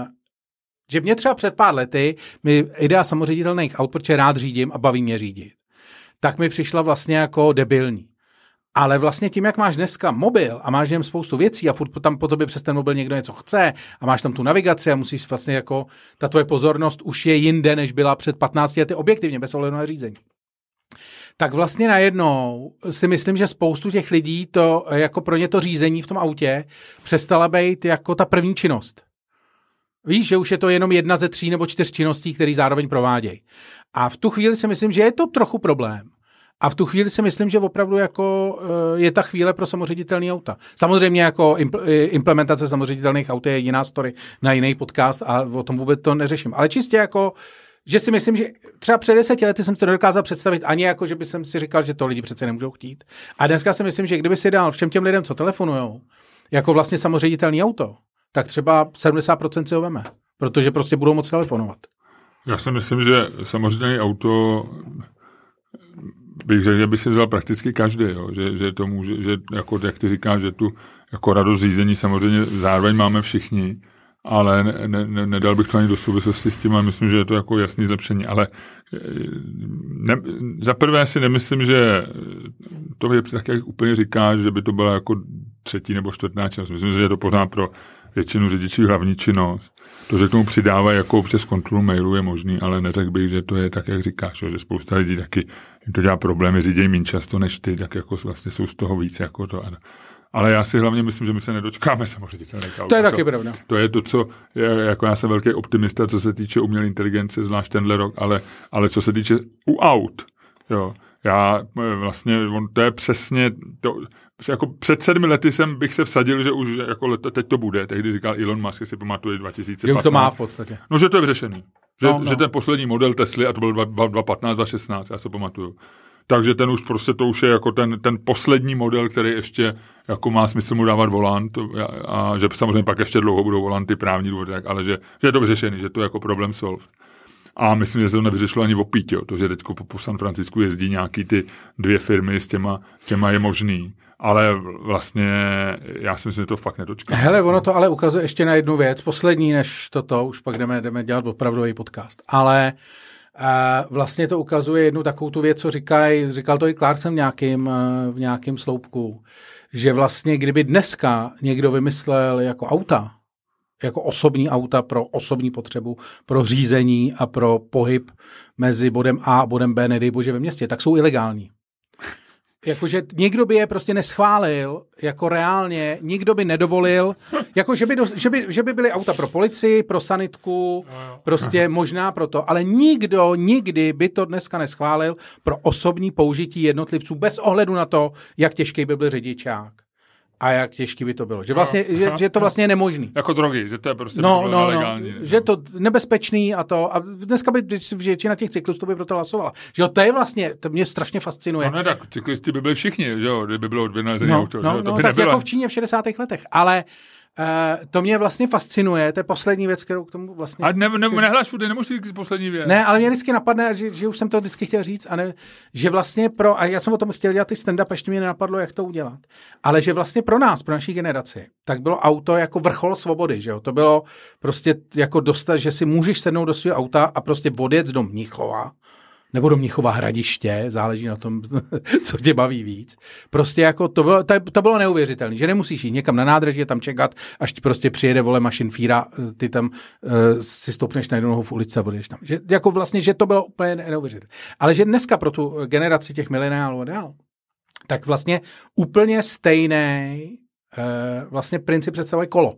že mě třeba před pár lety mi idea samoředitelných aut, protože rád řídím a baví mě řídit, tak mi přišla vlastně jako debilní. Ale vlastně tím, jak máš dneska mobil a máš něm spoustu věcí a furt tam po tobě přes ten mobil někdo něco chce a máš tam tu navigaci a musíš vlastně jako, ta tvoje pozornost už je jinde, než byla před patnácti lety objektivně, bez ohledu na řízení. Tak vlastně najednou si myslím, že spoustu těch lidí to jako pro ně to řízení v tom autě přestala být jako ta první činnost. Víš, že už je to jenom jedna ze tří nebo čtyř činností, které zároveň provádějí. A v tu chvíli si myslím, že je to trochu problém. A v tu chvíli si myslím, že opravdu jako je ta chvíle pro samoředitelný auta. Samozřejmě jako implementace samoředitelných aut je jiná story na jiný podcast a o tom vůbec to neřeším. Ale čistě jako, že si myslím, že třeba před deseti lety jsem si to nedokázal představit ani jako, že by jsem si říkal, že to lidi přece nemůžou chtít. A dneska si myslím, že kdyby si dal všem těm lidem, co telefonujou, jako vlastně samoředitelný auto, tak třeba sedmdesát procent si ho veme, protože prostě budou moc telefonovat. Já si myslím, že samoředitelné auto bych řekl, že by si vzal prakticky každý, jo? Že, že to může, že jako, jak ty říkáš, že tu jako radost řízení samozřejmě zároveň máme všichni, ale ne, ne, nedal bych to ani do souvislosti s tím, ale myslím, že je to jako jasný zlepšení, ale ne, za prvé si nemyslím, že to je tak, jak úplně říkáš, že by to byla jako třetí nebo čtvrtá část. Myslím, že je to pořád pro většinu řidičů hlavní činnost. To, že k tomu přidávají jako občas kontrolu mailu je možný, ale neřekl bych, že to je tak, jak říkáš, že spousta lidí taky jim to dělá problémy, řídějí méně často než ty, tak jako vlastně jsou z toho víc jako to. Ale já si hlavně myslím, že my se nedočkáme samoředitelných aut. To je taky pravda. To je to, co, jako já jsem velký optimista, co se týče umělé inteligence, zvlášť tenhle rok, ale, ale co se týče u aut, jo, já vlastně, on, to je přesně, to, jako před sedmi lety jsem bych se vsadil, že už jako let, teď to bude, tehdy říkal Elon Musk, jestli pamatuje dva tisíce patnáct. Že už to má v podstatě. No, že to je vyřešený. Že, no, no. že ten poslední model Tesly, a to byl dva tisíce patnáct, dva tisíce šestnáct, já se pamatuju. Takže ten už prostě to už je jako ten, ten poslední model, který ještě jako má smysl mu dávat volant a, a že samozřejmě pak ještě dlouho budou volanty právní důvody, tak, ale že, že je to vyřešený, že to je jako problem solve. A myslím, že se to nevyřešilo ani v opít, jo. To, že teď po, po San Francisku jezdí nějaký ty dvě firmy s těma, těma je možný. Ale vlastně já si myslím, že to fakt nedočká. Hele, ono to ale ukazuje ještě na jednu věc, poslední než toto, už pak jdeme, jdeme dělat opravdový podcast. Ale uh, vlastně to ukazuje jednu takovou tu věc, co říkaj, říkal to i Clarkson v nějakým, uh, v nějakým sloupku, že vlastně kdyby dneska někdo vymyslel jako auta, jako osobní auta pro osobní potřebu, pro řízení a pro pohyb mezi bodem A a bodem B, nedej bože ve městě, tak jsou ilegální. Jakože někdo by je prostě neschválil, jako reálně, nikdo by nedovolil, jako že by, do, že by, že by byly auta pro policii, pro sanitku, prostě možná pro to, ale nikdo nikdy by to dneska neschválil pro osobní použití jednotlivců bez ohledu na to, jak těžký by byl řidičák. a jak těžký by to bylo. Že, vlastně, no, že, no, že to vlastně je nemožný. Jako drogy, že to je prostě no, no, no, nelegální. No, že je to nebezpečný a to. A dneska by většina těch cyklistů by proto hlasovala. Že jo, to je vlastně, to mě strašně fascinuje. No ne, tak cyklisti by byli všichni, že jo, kdyby bylo vynalezené no, auto. No, že jo, to no, by tak nebylo. jako v Číně v šedesátých letech. Ale Uh, to mě vlastně fascinuje, to je poslední věc, kterou k tomu vlastně... A ne, ne, nehláš všude, nemusíš říct poslední věc. Ne, ale mě vždycky napadne, že, že už jsem to vždycky chtěl říct, a ne, že vlastně pro, a já jsem o tom chtěl dělat ty stand-up, ještě mě nenapadlo, jak to udělat, ale že vlastně pro nás, pro naší generaci, tak bylo auto jako vrchol svobody, že jo, to bylo prostě jako dostat, že si můžeš sednout do svého auta a prostě odjet do Mnichova, nebo do Mnichova Hradiště, záleží na tom, co tě baví víc. Prostě jako to bylo, to, to bylo neuvěřitelné, že nemusíš jít někam na nádraží, tam čekat, až ti prostě přijede vole mašinfíra, ty tam uh, si stoupneš na jednu nohu v ulici a odjdeš tam. Že, jako vlastně, že to bylo úplně neuvěřitelné. Ale že dneska pro tu generaci těch mileniálů a dál, tak vlastně úplně stejný uh, vlastně princip představuje kolo.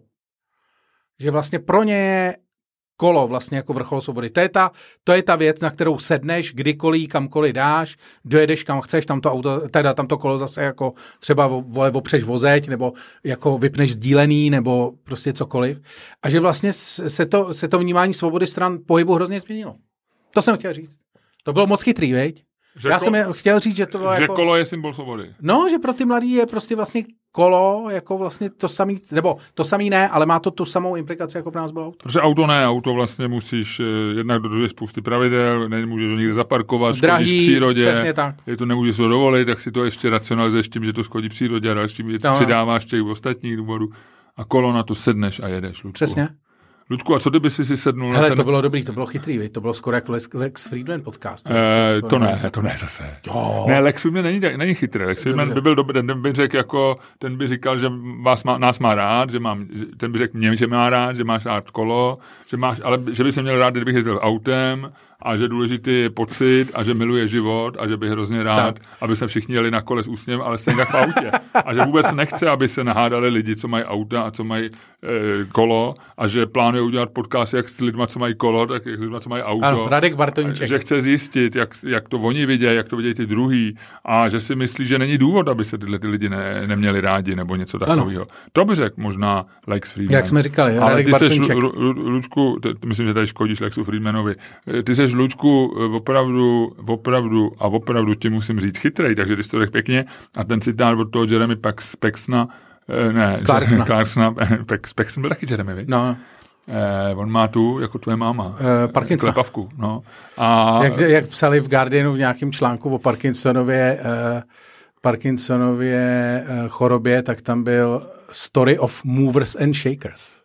Že vlastně pro ně je kolo vlastně jako vrchol svobody. To je, ta, to je ta věc, na kterou sedneš, kdykoliv, kamkoliv dáš, dojedeš kam chceš, tam to auto, teda tam to kolo zase jako třeba vole opřeš vozeď, nebo jako vypneš sdílený, nebo prostě cokoliv. A že vlastně se to, se to vnímání svobody stran pohybu hrozně změnilo. To jsem chtěl říct. To bylo moc chytrý, veď? Že Já kolo, jsem chtěl říct, že to bylo že jako... kolo je symbol svobody. No, že pro ty mladý je prostě vlastně kolo, jako vlastně to samý, nebo to samý ne, ale má to tu samou implikaci, jako pro nás bylo auto. Protože auto ne, auto vlastně musíš jednak dodržet spousty pravidel, nemůžeš ho nikde zaparkovat, škodíš přírodě, přesně tak. Je to nemůžeš to dovolit, tak si to ještě racionalizuješ tím, že to škodí přírodě a dalším věc no, přidáváš těch ostatních důvodů a kolo na to sedneš a jedeš. Ludku. Přesně. Ludku, a co kdyby si si sednul? Hele, ten... to bylo dobrý, to bylo chytrý, to bylo skoro jako Lex, Lex Friedman podcast. E, to ne, to ne zase. Jo. Ne, Lex Friedman není, není chytrý. Lex Friedman by byl dobrý, ten by řekl jako, ten by říkal, že vás má, nás má rád, že mám, ten by řekl mě, že má rád, že máš rád kolo, že máš, ale že by se měl rád, kdybych jezdil autem, a že důležitý je pocit a že miluje život a že by hrozně rád, tak. aby se všichni jeli na kole s úsměvem, ale stejně tak v autě. A že vůbec nechce, aby se nahádali lidi, co mají auta a co mají e, kolo a že plánuje udělat podcast jak s lidma, co mají kolo, tak jak s lidma, co mají auto. Ano, Radek Bartoníček. Že chce zjistit, jak, jak to oni vidějí, jak to vidějí ty druhý a že si myslí, že není důvod, aby se tyhle ty lidi ne, neměli rádi nebo něco takového. To by řekl možná Lex Friedman. Jak jsme říkali, ale Radek ty Bartoníček. Seš, Lučku, myslím, že tady škodíš Lexu Friedmanovi. Ty seš, Lučku, opravdu, opravdu a opravdu ti musím říct chytrej, takže když to řekl pěkně a ten citát od toho Jeremy Pax, Paxna, ne, Clarksona. Clarksona, Pax, Paxson byl taky Jeremy, viď? No. Eh, on má tu, jako tvoje máma. Eh, Parkinson. Klepavku, no. A... Jak, jak psali v Guardianu v nějakém článku o Parkinsonově, eh, Parkinsonově eh, chorobě, tak tam byl Story of Movers and Shakers.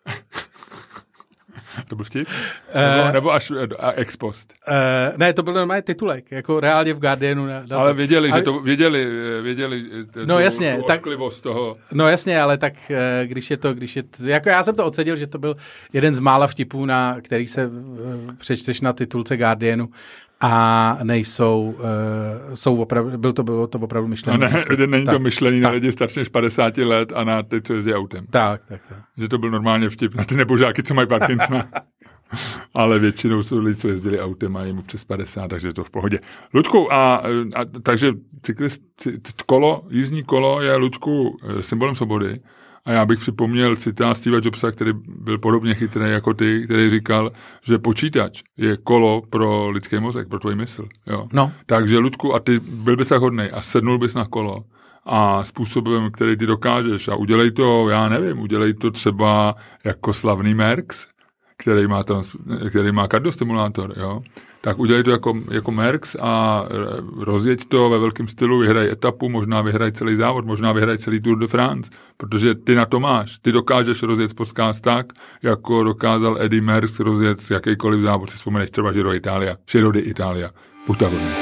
To byl vtip? Nebo, uh, nebo až a ex post? Uh, ne, to byl normálně titulek, jako reálně v Guardianu. Na, na ale to. věděli, ale, že to věděli, věděli no tu, jasně, tu tak, toho. No jasně, ale tak když je to, když je to, jako já jsem to ocenil, že to byl jeden z mála vtipů, na který se uh, přečteš na titulce Guardianu a nejsou, uh, jsou opravdu, byl to, bylo to opravdu myšlení. No ne, není tak, to myšlení tak. na lidi starší než padesáti let a na ty, co jezdí autem. Tak, tak, tak. Že to byl normálně vtip na ty nebožáky, co mají Parkinsona. Ale většinou jsou lidi, co jezdili autem, mají mu přes padesát, takže je to v pohodě. Luďku, a, a takže cyklist, kolo, jízdní kolo je, Luďku, symbolem svobody. A já bych připomněl citát Steva Jobsa, který byl podobně chytrý jako ty, který říkal, že počítač je kolo pro lidský mozek, pro tvůj mysl. Jo. No. Takže, Luďku, a ty byl bys tak hodnej a sednul bys na kolo a způsobem, který ty dokážeš a udělej to, já nevím, udělej to třeba jako slavný Merckx, který má, trans, který má kardiostimulátor, jo, tak udělej to jako, jako Merckx a rozjeď to ve velkém stylu, vyhraj etapu, možná vyhraj celý závod, možná vyhraj celý Tour de France, protože ty na to máš. Ty dokážeš rozjet podcast tak, jako dokázal Eddy Merckx rozjet jakýkoliv závod, si vzpomeneš třeba Giro Italia, Giro di Italia. Buď tak hodný.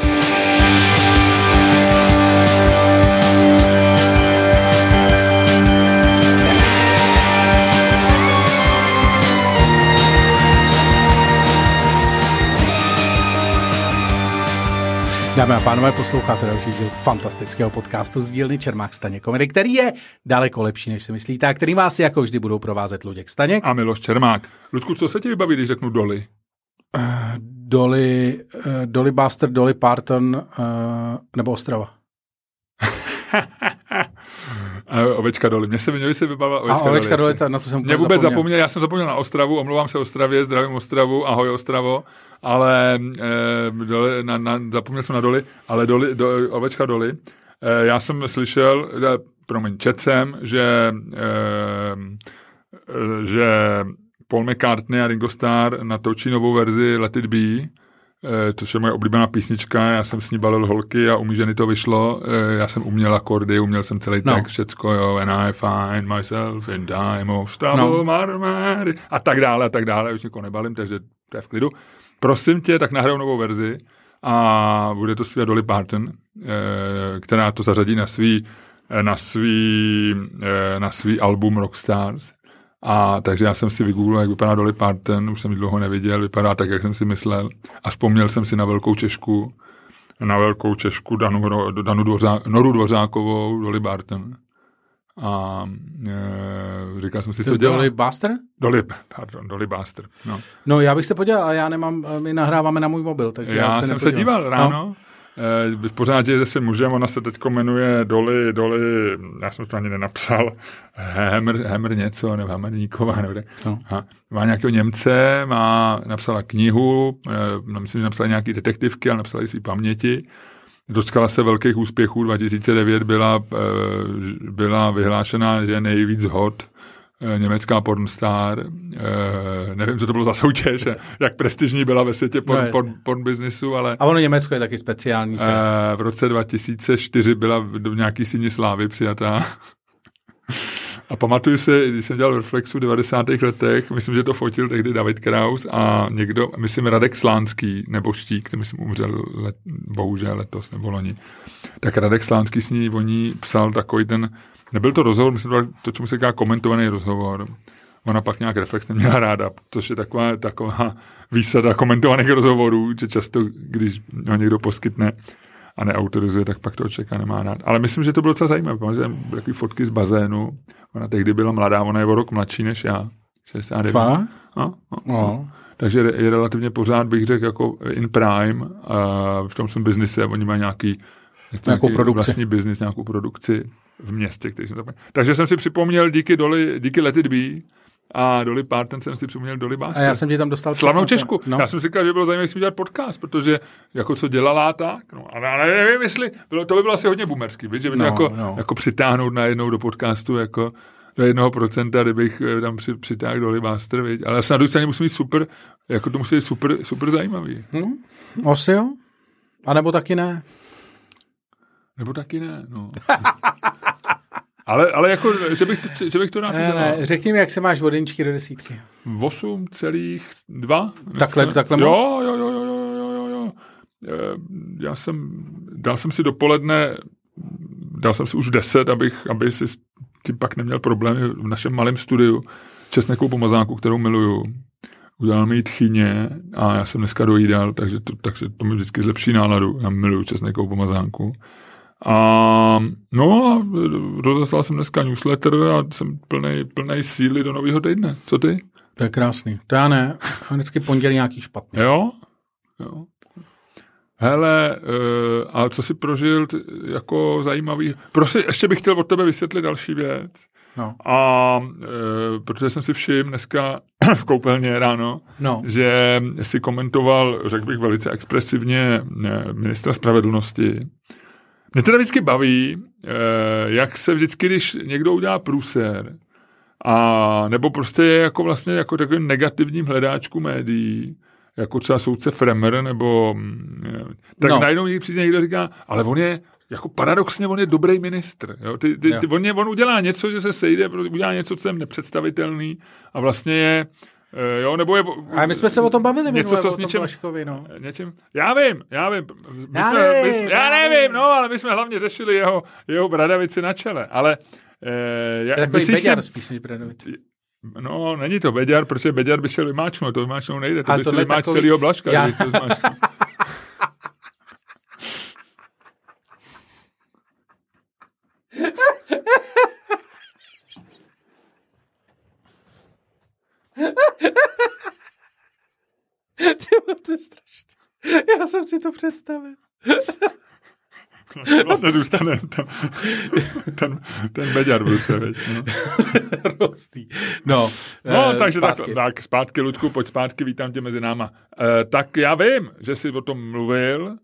Dámy a pánové, posloucháte další díl fantastického podcastu z dílny Čermák Staněk Komedy, který je daleko lepší, než si myslíte, a který vás jako vždy budou provázet Luděk Staněk a Miloš Čermák. Ludku, co se ti vybaví, když řeknu Dolly? Uh, Dolly, uh, Dolly Buster, Dolly Parton uh, nebo Ostrava. A Ovečka Dolly. Mně se mi se vybavila Ovečka Dolly. A Ovečka Dolly, na to jsem Mě vůbec zapomněl. zapomněl, já jsem zapomněl na Ostravu, omlouvám se Ostravě, zdravím Ostravu, ahoj Ostravo, ale eh, dole, na, na, zapomněl jsem na Dolly, ale Dolly, do, Ovečka Dolly. Eh, já jsem slyšel, eh, promiň, četl jsem, že, eh, že Paul McCartney a Ringo Starr natočí novou verzi Let It Be, což je moje oblíbená písnička, já jsem s ní balil holky a u mý ženy to vyšlo, já jsem uměl akordy, uměl jsem celý text, no. všecko, jo, and I find myself in time of trouble, no. a tak dále, a tak dále, už nikoho nebalím, takže to je v klidu. Prosím tě, tak nahraju novou verzi a bude to zpívat Dolly Parton, která to zařadí na svý, na svý, na svý album Rockstars. A takže já jsem si vygooglil, jak vypadá Dolly Parton, už jsem ji dlouho neviděl, vypadá tak, jak jsem si myslel. A vzpomněl jsem si na velkou Češku, na velkou Češku Danu, Danu Dvořá, Noru Dvořákovou, Dolly Parton. A e, říkal jsem si, co dělá. Dolly Buster? Dolly, pardon, Dolly Buster, no. No já bych se podíval, ale já nemám, my nahráváme na můj mobil, takže já, já se jsem nepodíval. se díval ráno. No. V pořádě se svým mužem, ona se teďko jmenuje Dolly, Dolly, já jsem to ani nenapsal, Hammer, Hammer něco, nebo Hammerníková, nebo no. Má nějakého Němce, má, napsala knihu, myslím, že napsala nějaký detektivky, ale napsala i svý paměti. Dočkala se velkých úspěchů, dva tisíce devět byla, byla vyhlášena, že je nejvíc hot německá pornstar, e, nevím, co to bylo za soutěž, jak prestižní byla ve světě porn, porn, porn businessu, ale... A ono Německo je taky speciální. E, v roce dva tisíce čtyři byla do nějaký síni slávy přijatá. A pamatuju se, když jsem dělal Reflexu v devadesátých letech, myslím, že to fotil tehdy David Kraus a někdo, myslím Radek Slánský, nebo Štík, který myslím umřel let, bohužel letos, nebo loni. Tak Radek Slánský s ní, oni psal takový ten, nebyl to rozhovor, myslím, to, čemu se říká komentovaný rozhovor. Ona pak nějak Reflex neměla ráda, což je taková, taková výsada komentovaných rozhovorů, že často, když ho někdo poskytne a neautorizuje, tak pak to čeká, nemá rád. Ale myslím, že to bylo docela zajímavé. Pamatuju, že byly takové fotky z bazénu. Ona tehdy byla mladá, ona je o rok mladší než já. šedesát devět. Fakt? No, no, no. Takže je relativně pořád, bych řekl, jako in prime. A v tom svém biznise, oni mají nějaký, nějakou nějaký vlastní biznis, nějakou produkci v městě, který jsem tam... Takže jsem si připomněl díky, Dolly, díky Let It Be a Dolly Parton jsem si připomněl Dolly Buster. A já jsem ti tam dostal... Slavnou Češku. No. Já jsem si říkal, že bylo zajímavé, jestli dělat podcast, protože jako co dělala tak, no, ale nevím, jestli, bylo, to by bylo asi hodně boomerský, že by to no, jako, no. jako přitáhnout najednou do podcastu, jako do jednoho procenta, kdybych tam při, přitáhl Dolly Buster, viď? Ale na druhé straně musí být super, jako to musí být super, super zajímavý. Hmm. Asi jo? A nebo taky ne? Nebo taky ne, no. Ale, ale jako, že bych to, že bych to rád ne, ne, řekni mi, jak se máš od jedničky do desítky. osm celá dva. Takhle, takhle moc? Jo, jo, jo, jo, jo, jo, jo. Já jsem, dal jsem si dopoledne, dal jsem si už deset, abych, aby si tím pak neměl problémy v našem malém studiu. Česnekovou pomazánku, kterou miluju. Udělal mi ji tchyně a já jsem dneska dojídal, takže to, takže to mi vždycky zlepší náladu. Já miluju česnekovou pomazánku. A no a rozeslal jsem dneska newsletter a jsem plnej, plnej síly do nového týdne. Co ty? To je krásný. To já ne. A vždycky pondělí nějaký špatný. Jo? Jo. Hele, uh, a co jsi prožil ty, jako zajímavý? Prosím, ještě bych chtěl od tebe vysvětlit další věc. No. A uh, protože jsem si všiml dneska v koupelně ráno, no. že si komentoval, řekl bych velice expresivně, ministra spravedlnosti. Mě teda vždycky baví, jak se vždycky, když někdo udělá průser, a nebo prostě je jako vlastně jako takovým negativním hledáčku médií, jako třeba soudce Fremer, nebo tak no. najednou někdy přijde někdo říká, ale on je, jako paradoxně, on je dobrý ministr. Jo? Ty, ty, ty, on, je, on udělá něco, že se sejde, udělá něco, co je nepředstavitelný a vlastně je jo, nebo je... A my jsme se o tom bavili něco, co o tom něčem, Blažkovi, no. Něčem, já vím, já vím. My já, jsme, nevím my jsme, já nevím, no, ale my jsme hlavně řešili jeho, jeho bradavici na čele, ale... Eh, já, takový Beďar si, spíš než bradavici. No, není to Beďar, protože Beďar by šel vymáčnout, to vymáčnout nejde, to by si vymáč takový... celýho Blažka, já... kdyby to zmáčkal. Tyjo, to je strašný. Já jsem si to představil. Vlastně zůstane ten, ten, ten beďar v ruce, veď. No, no, no eh, takže zpátky. Tak, tak zpátky, Ludku, pojď zpátky, vítám tě mezi náma. Eh, tak já vím, že jsi o tom mluvil,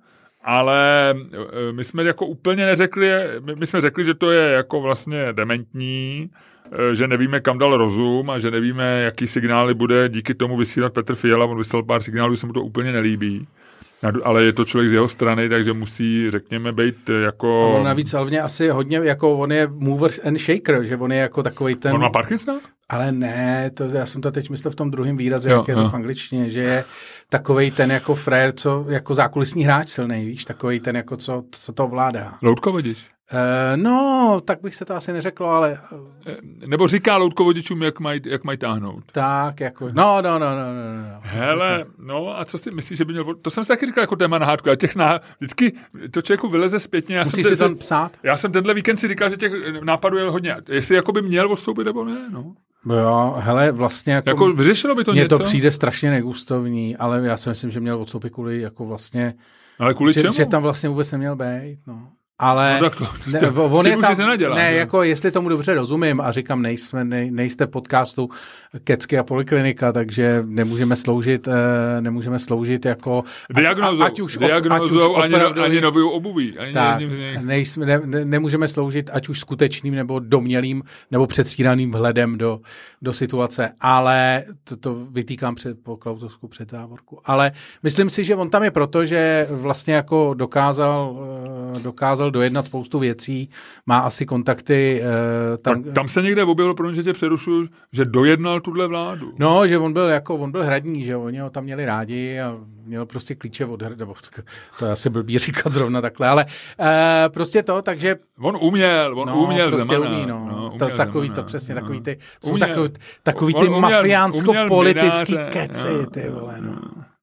ale eh, my jsme jako úplně neřekli, my, my jsme řekli, že to je jako vlastně dementní, eh, že nevíme, kam dal rozum a že nevíme, jaký signály bude díky tomu vysílat Petr Fiala. On vyslal pár signálů, že se mu to úplně nelíbí. Ale je to člověk z jeho strany, takže musí, řekněme, být jako... A on navíc hlavně asi hodně, jako on je mover and shaker, že on je jako takovej ten... On má Parkinsona? Ale ne, to, já jsem to teď myslel v tom druhém výraze, jo, jak je to jo. v angličtině, že je takovej ten jako frér, co jako zákulisní hráč silnej, víš, takovej ten jako, co, co to ovládá. Loutkovodič? Uh, no, tak bych se to asi neřeklo, ale... Nebo říká loutkovodičům, jak mají jak maj táhnout. Tak, jako... No, no, no, no, no. no. Hele, no a co si myslíš, že by měl... To jsem si taky říkal jako téma na hádku, ale těch ná... vždycky to člověku vyleze zpětně. Já Musí jsem si to psát? Já jsem tenhle víkend si říkal, že těch nápadů je hodně. Jestli jako by měl odstoupit, nebo ne, no. Jo, hele, vlastně jako... Jako vyřešilo by to mně něco? Mně to přijde strašně negustovní, ale já si myslím, že měl odstoupit kvůli jako vlastně... Ale kvůli že, čemu? Že tam vlastně vůbec neměl být, no. Ale no, to, ne, on je tam, nedělá, ne, že? jako jestli tomu dobře rozumím a říkám, nejsme, nej, nejste v podcastu Kecky a Poliklinika, takže nemůžeme sloužit, eh, nemůžeme sloužit jako... Diagnózou, ať už, diagnózou ať už ani, opravdu, ani novou obuví. Ani tak, nejsme, ne, ne, nemůžeme sloužit ať už skutečným nebo domnělým nebo předstíraným vhledem do, do situace, ale to, to vytýkám před, po Klausovsku před závorku. Ale myslím si, že on tam je proto, že vlastně jako dokázal, dokázal dojednat spoustu věcí, má asi kontakty. Uh, tam, tak tam se někde objevilo, protože tě přerušuju, že dojednal tuhle vládu. No, že on byl jako, on byl hradní, že oni ho tam měli rádi a měl prostě klíče od hrad, to je asi blbý říkat zrovna takhle, ale uh, prostě to, takže... On uměl, on no, uměl prostě Zemana. umí, no. no uměl takový Zemana, to, přesně, no. takový ty, jsou uměl, takový, takový ty mafiánsko-politický keci, ty vole, no.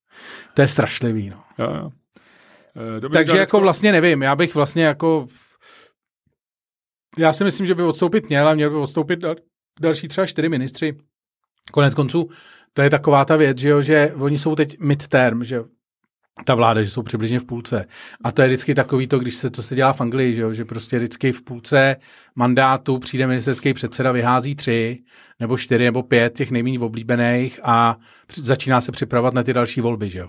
To je strašlivý, no. Jo, jo. Dominika, takže jako vlastně nevím, já bych vlastně jako já si myslím, že by odstoupit měl a měl by odstoupit dal, další třeba čtyři ministři. Konec konců, to je taková ta věc, že, jo, že oni jsou teď midterm, že ta vláda, že jsou přibližně v půlce. A to je vždycky takový to, když se to se dělá v Anglii, že, jo, že prostě vždycky v půlce mandátu přijde ministerský předseda, vyhází tři nebo čtyři nebo pět těch nejméně oblíbených a začíná se připravovat na ty další volby, že jo.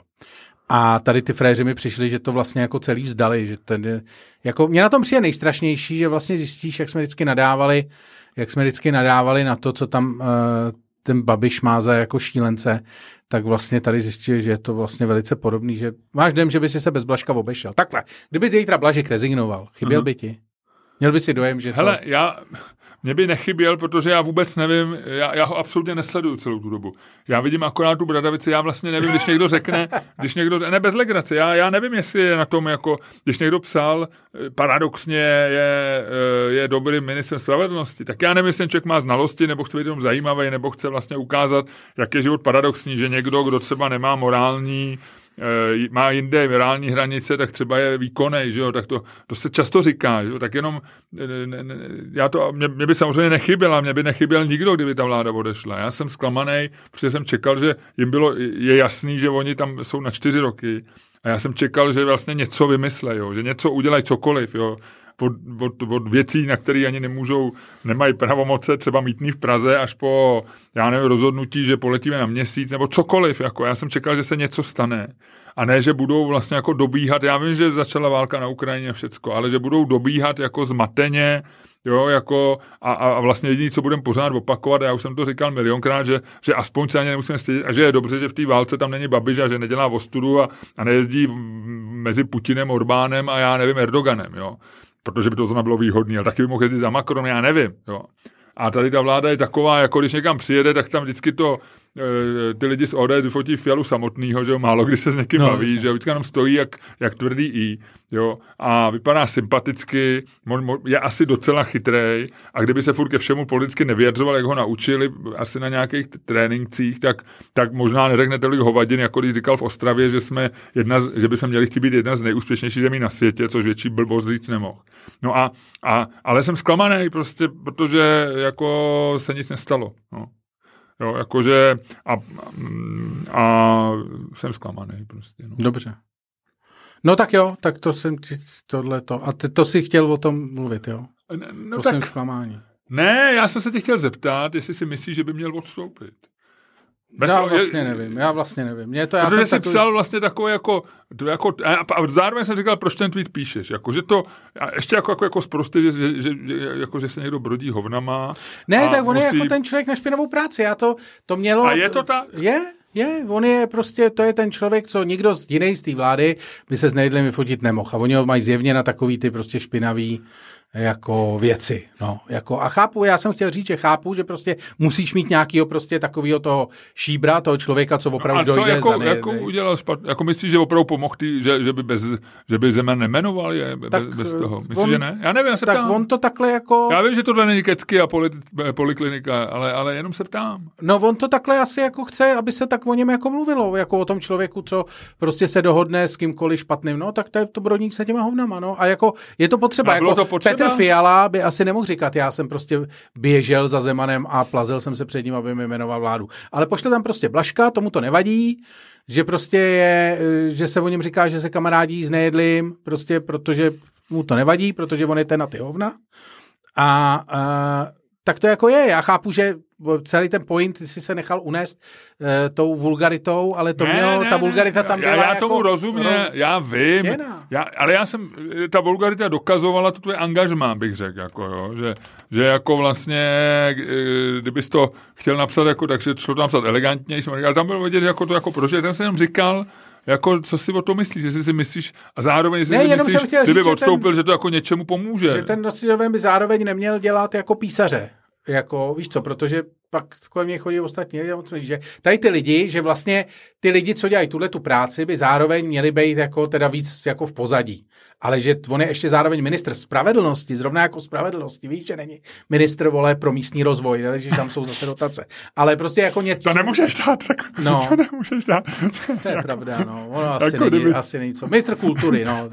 A tady ty fréři mi přišli, že to vlastně jako celý vzdali, že ten je, jako mě na tom přijde nejstrašnější, že vlastně zjistíš, jak jsme vždycky nadávali, jak jsme vždycky nadávali na to, co tam uh, ten Babiš má za jako šílence, tak vlastně tady zjistíš, že je to vlastně velice podobný, že máš dojem, že by si se bez Blažka obešel. Takhle, kdyby zítra Blažek rezignoval, chyběl uh-huh. by ti? Měl by si dojem, že Hele, to... já... Mě by nechyběl, protože já vůbec nevím, já, já ho absolutně nesleduju celou tu dobu. Já vidím akorát tu bradavici, já vlastně nevím, když někdo řekne, když někdo, ne bez legrace, já, já nevím, jestli je na tom, jako, když někdo psal, paradoxně je, je dobrý ministrem spravedlnosti, tak já nevím, jestli ten člověk má znalosti, nebo chce být jenom zajímavý, nebo chce vlastně ukázat, jak je život paradoxní, že někdo, kdo třeba nemá morální má jinde virální hranice, tak třeba je výkonnej, že jo, tak to, to se často říká, že jo, tak jenom ne, ne, já to, mě, mě by samozřejmě nechyběla, mě by nechyběl nikdo, kdyby ta vláda odešla. Já jsem zklamanej, protože jsem čekal, že jim bylo, je jasný, že oni tam jsou na čtyři roky a já jsem čekal, že vlastně něco vymyslej, jo, že něco udělají cokoliv, jo, Od, od, od věcí, na které ani nemůžou, nemají pravomoce, třeba mítný v Praze, až po, já nevím, rozhodnutí, že poletíme na měsíc, nebo cokoliv, jako já jsem čekal, že se něco stane. A ne, že budou vlastně jako dobíhat, já vím, že začala válka na Ukrajině a všecko, ale že budou dobíhat jako zmateně, jo, jako a, a vlastně jediné, co budeme pořád opakovat, já už jsem to říkal milionkrát, že, že aspoň se ani nemusíme stydět a že je dobře, že v té válce tam není Babiš a že nedělá ostudu a, a nejezdí mezi Putinem, Orbánem a já nevím, Erdoganem, jo. Protože by to zrovna bylo výhodné, ale taky by mohl jezdit za Macron, já nevím. Jo. A tady ta vláda je taková, jako když někam přijede, tak tam vždycky to, e, ty lidi z O D S vyfotí Fialu samotnýho, že jo, málo kdy se s někým no, baví, že jo, vždycky nám stojí jak, jak tvrdý I, jo, a vypadá sympaticky, mo, mo, je asi docela chytrej a kdyby se furt ke všemu politicky nevyjadřoval, jak ho naučili asi na nějakých tréninkcích, tak, tak možná neřekne tolik hovadin, jako když říkal v Ostravě, že jsme jedna, z, že by jsme měli chtít být jedna z nejúspěšnějších zemí na světě, což větší blbost říct nemohl. No a, a ale jsem zklamaný prostě, protože jako se nic nestalo. No. Jo, jakože a, a jsem zklamaný prostě. No. Dobře. No tak jo, tak to jsem ti tohleto. A ty to si chtěl o tom mluvit, jo? No o tak, svém zklamání. Ne, já jsem se tě chtěl zeptat, jestli si myslíš, že by měl odstoupit. Bez já vlastně je, nevím, já vlastně nevím. Mě to, já protože jsem jsi takový... psal vlastně takové jako, to jako a, a zároveň jsem říkal, proč ten tweet píšeš, jako, že to, ještě jako, jako, jako zprostý, že, že, že, jako, že se někdo brodí hovnama. Ne, tak on musí... je jako ten člověk na špinavou práci, já to, to mělo... A je to tak? Je, je, on je prostě, to je ten člověk, co nikdo z jinej z té vlády by se s Nejedlým vyfotit nemohl. A oni ho mají zjevně na takový ty prostě špinavý jako věci, no, jako a chápu, já jsem chtěl říct, že chápu, že prostě musíš mít nějakýho prostě takovýho toho šíbra, toho člověka, co opravdu dojde. A co dojde jako, za nej, jako udělal špat, jako myslíš, že opravdu pomohl, tý, že, že by bez, že by Zeman nemenoval je bez, bez toho, myslíš, on, že ne? Já nevím, já se tak ptám. on to takhle jako... Já vím, že tohle není kecky a poli, poliklinika, ale, ale jenom se ptám. No on to takhle asi jako chce, aby se tak o něm jako mluvilo, jako o tom člověku, co prostě se dohodne s kýmkoliv špatným, no tak to je to brodník se těma hovnama, no a jako je to potřeba, jako to potřeba? Petr Fiala by asi nemohl říkat, já jsem prostě běžel za Zemanem a plazil jsem se před ním, aby mi jmenoval vládu. Ale pošle tam prostě Blažka, tomu to nevadí, že prostě je, že se o něm říká, že se kamarádí s Nejedlým, prostě protože mu to nevadí, protože on je ten na ty hovna. A, a tak to jako je. Já chápu, že celý ten point si se nechal unést uh, tou vulgaritou, ale to ne, mělo, ne, ta vulgarita ne, tam byla byla Já, já jako tomu rozumím, roz... já vím, já, ale já jsem, ta vulgarita dokazovala to tvoje angažmá, bych řekl, jako jo, že, že jako vlastně, kdybys to chtěl napsat, jako, takže šlo to napsat elegantně, ale tam bylo vidět, jako to jako proč, já jsem se jenom říkal, jako, co si o tom myslíš, jestli si myslíš, a zároveň, jestli ne, si myslíš, kdyby říct, odstoupil, že, ten, že to jako něčemu pomůže. Že ten Nosičovem by zároveň neměl dělat jako písaře. Jako, víš co, protože pak kolem mě chodí ostatní, že tady ty lidi, že vlastně ty lidi, co dělají tuhle tu práci, by zároveň měli být jako teda víc jako v pozadí. Ale že on je ještě zároveň ministr spravedlnosti, zrovna jako spravedlnosti, víš, že není ministr, vole, pro místní rozvoj, že tam jsou zase dotace. Ale prostě jako něco... To nemůžeš dát, tak no, to nemůžeš dát. To je pravda, no. Ono asi, jako není, kdyby... asi není co. Ministr kultury, no.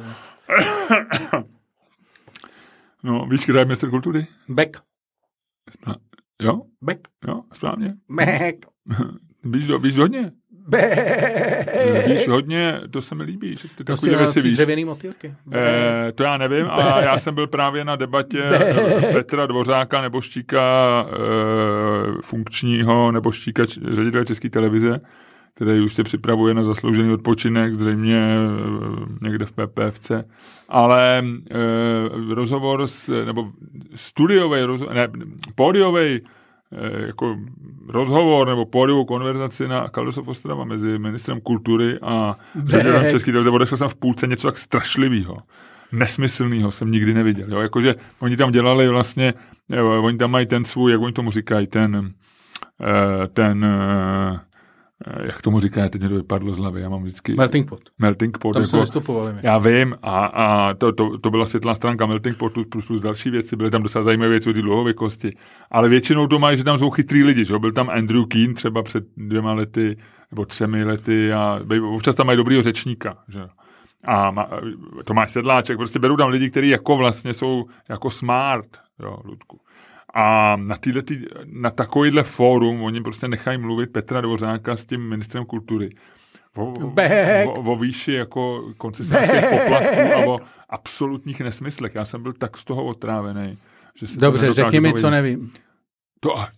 No, víš, kdo je ministr kultury? Beck. Jo? Beck. Jo, správně. Beck. Víš, do, víš hodně. Beck. Víš hodně, to se mi líbí. Že ty to si věci víš. Dřevěný motýlky. Eh, to já nevím, a já jsem byl právě na debatě Beck. Petra Dvořáka neboštíka eh, funkčního neboštíka ředitele České televize, který už se připravuje na zasloužený odpočinek, zřejmě e, někde v P P F C, ale e, rozhovor, s, nebo studiový, rozho- ne, pódiový e, jako rozhovor nebo pódiovou konverzaci na Kaldosov Ostrava mezi ministrem kultury a ředitelem České televize, odešel jsem v půlce něco tak strašlivého, nesmyslného jsem nikdy neviděl. Jo? Jakože oni tam dělali vlastně, jo, oni tam mají ten svůj, jak oni tomu říkají, ten e, ten e, jak tomu říká, teď mě to vypadlo z hlavy, já mám vždycky... Melting pot. Melting pot. Tam jako, se vystupovali. Já vím, a, a to, to, to byla světlá stránka Melting potu plus, plus další věci, byly tam docela zajímavé věci o ty dlouhověkosti, ale většinou to mají, že tam jsou chytrý lidi, že? Byl tam Andrew Keane třeba před dvěma lety, nebo třemi lety a občas tam mají dobrýho řečníka, že? A má, Tomáš Sedláček, prostě berou tam lidi, kteří jako vlastně jsou jako smart, jo, Ludku. A na, týhletý, na takovýhle fórum oni prostě nechají mluvit Petra Dvořáka s tím ministrem kultury. O, o, o výši jako koncesionálních poplatků a o absolutních nesmyslech. Já jsem byl tak z toho otrávený, že se dobře, řekni mi, co nevím. To a...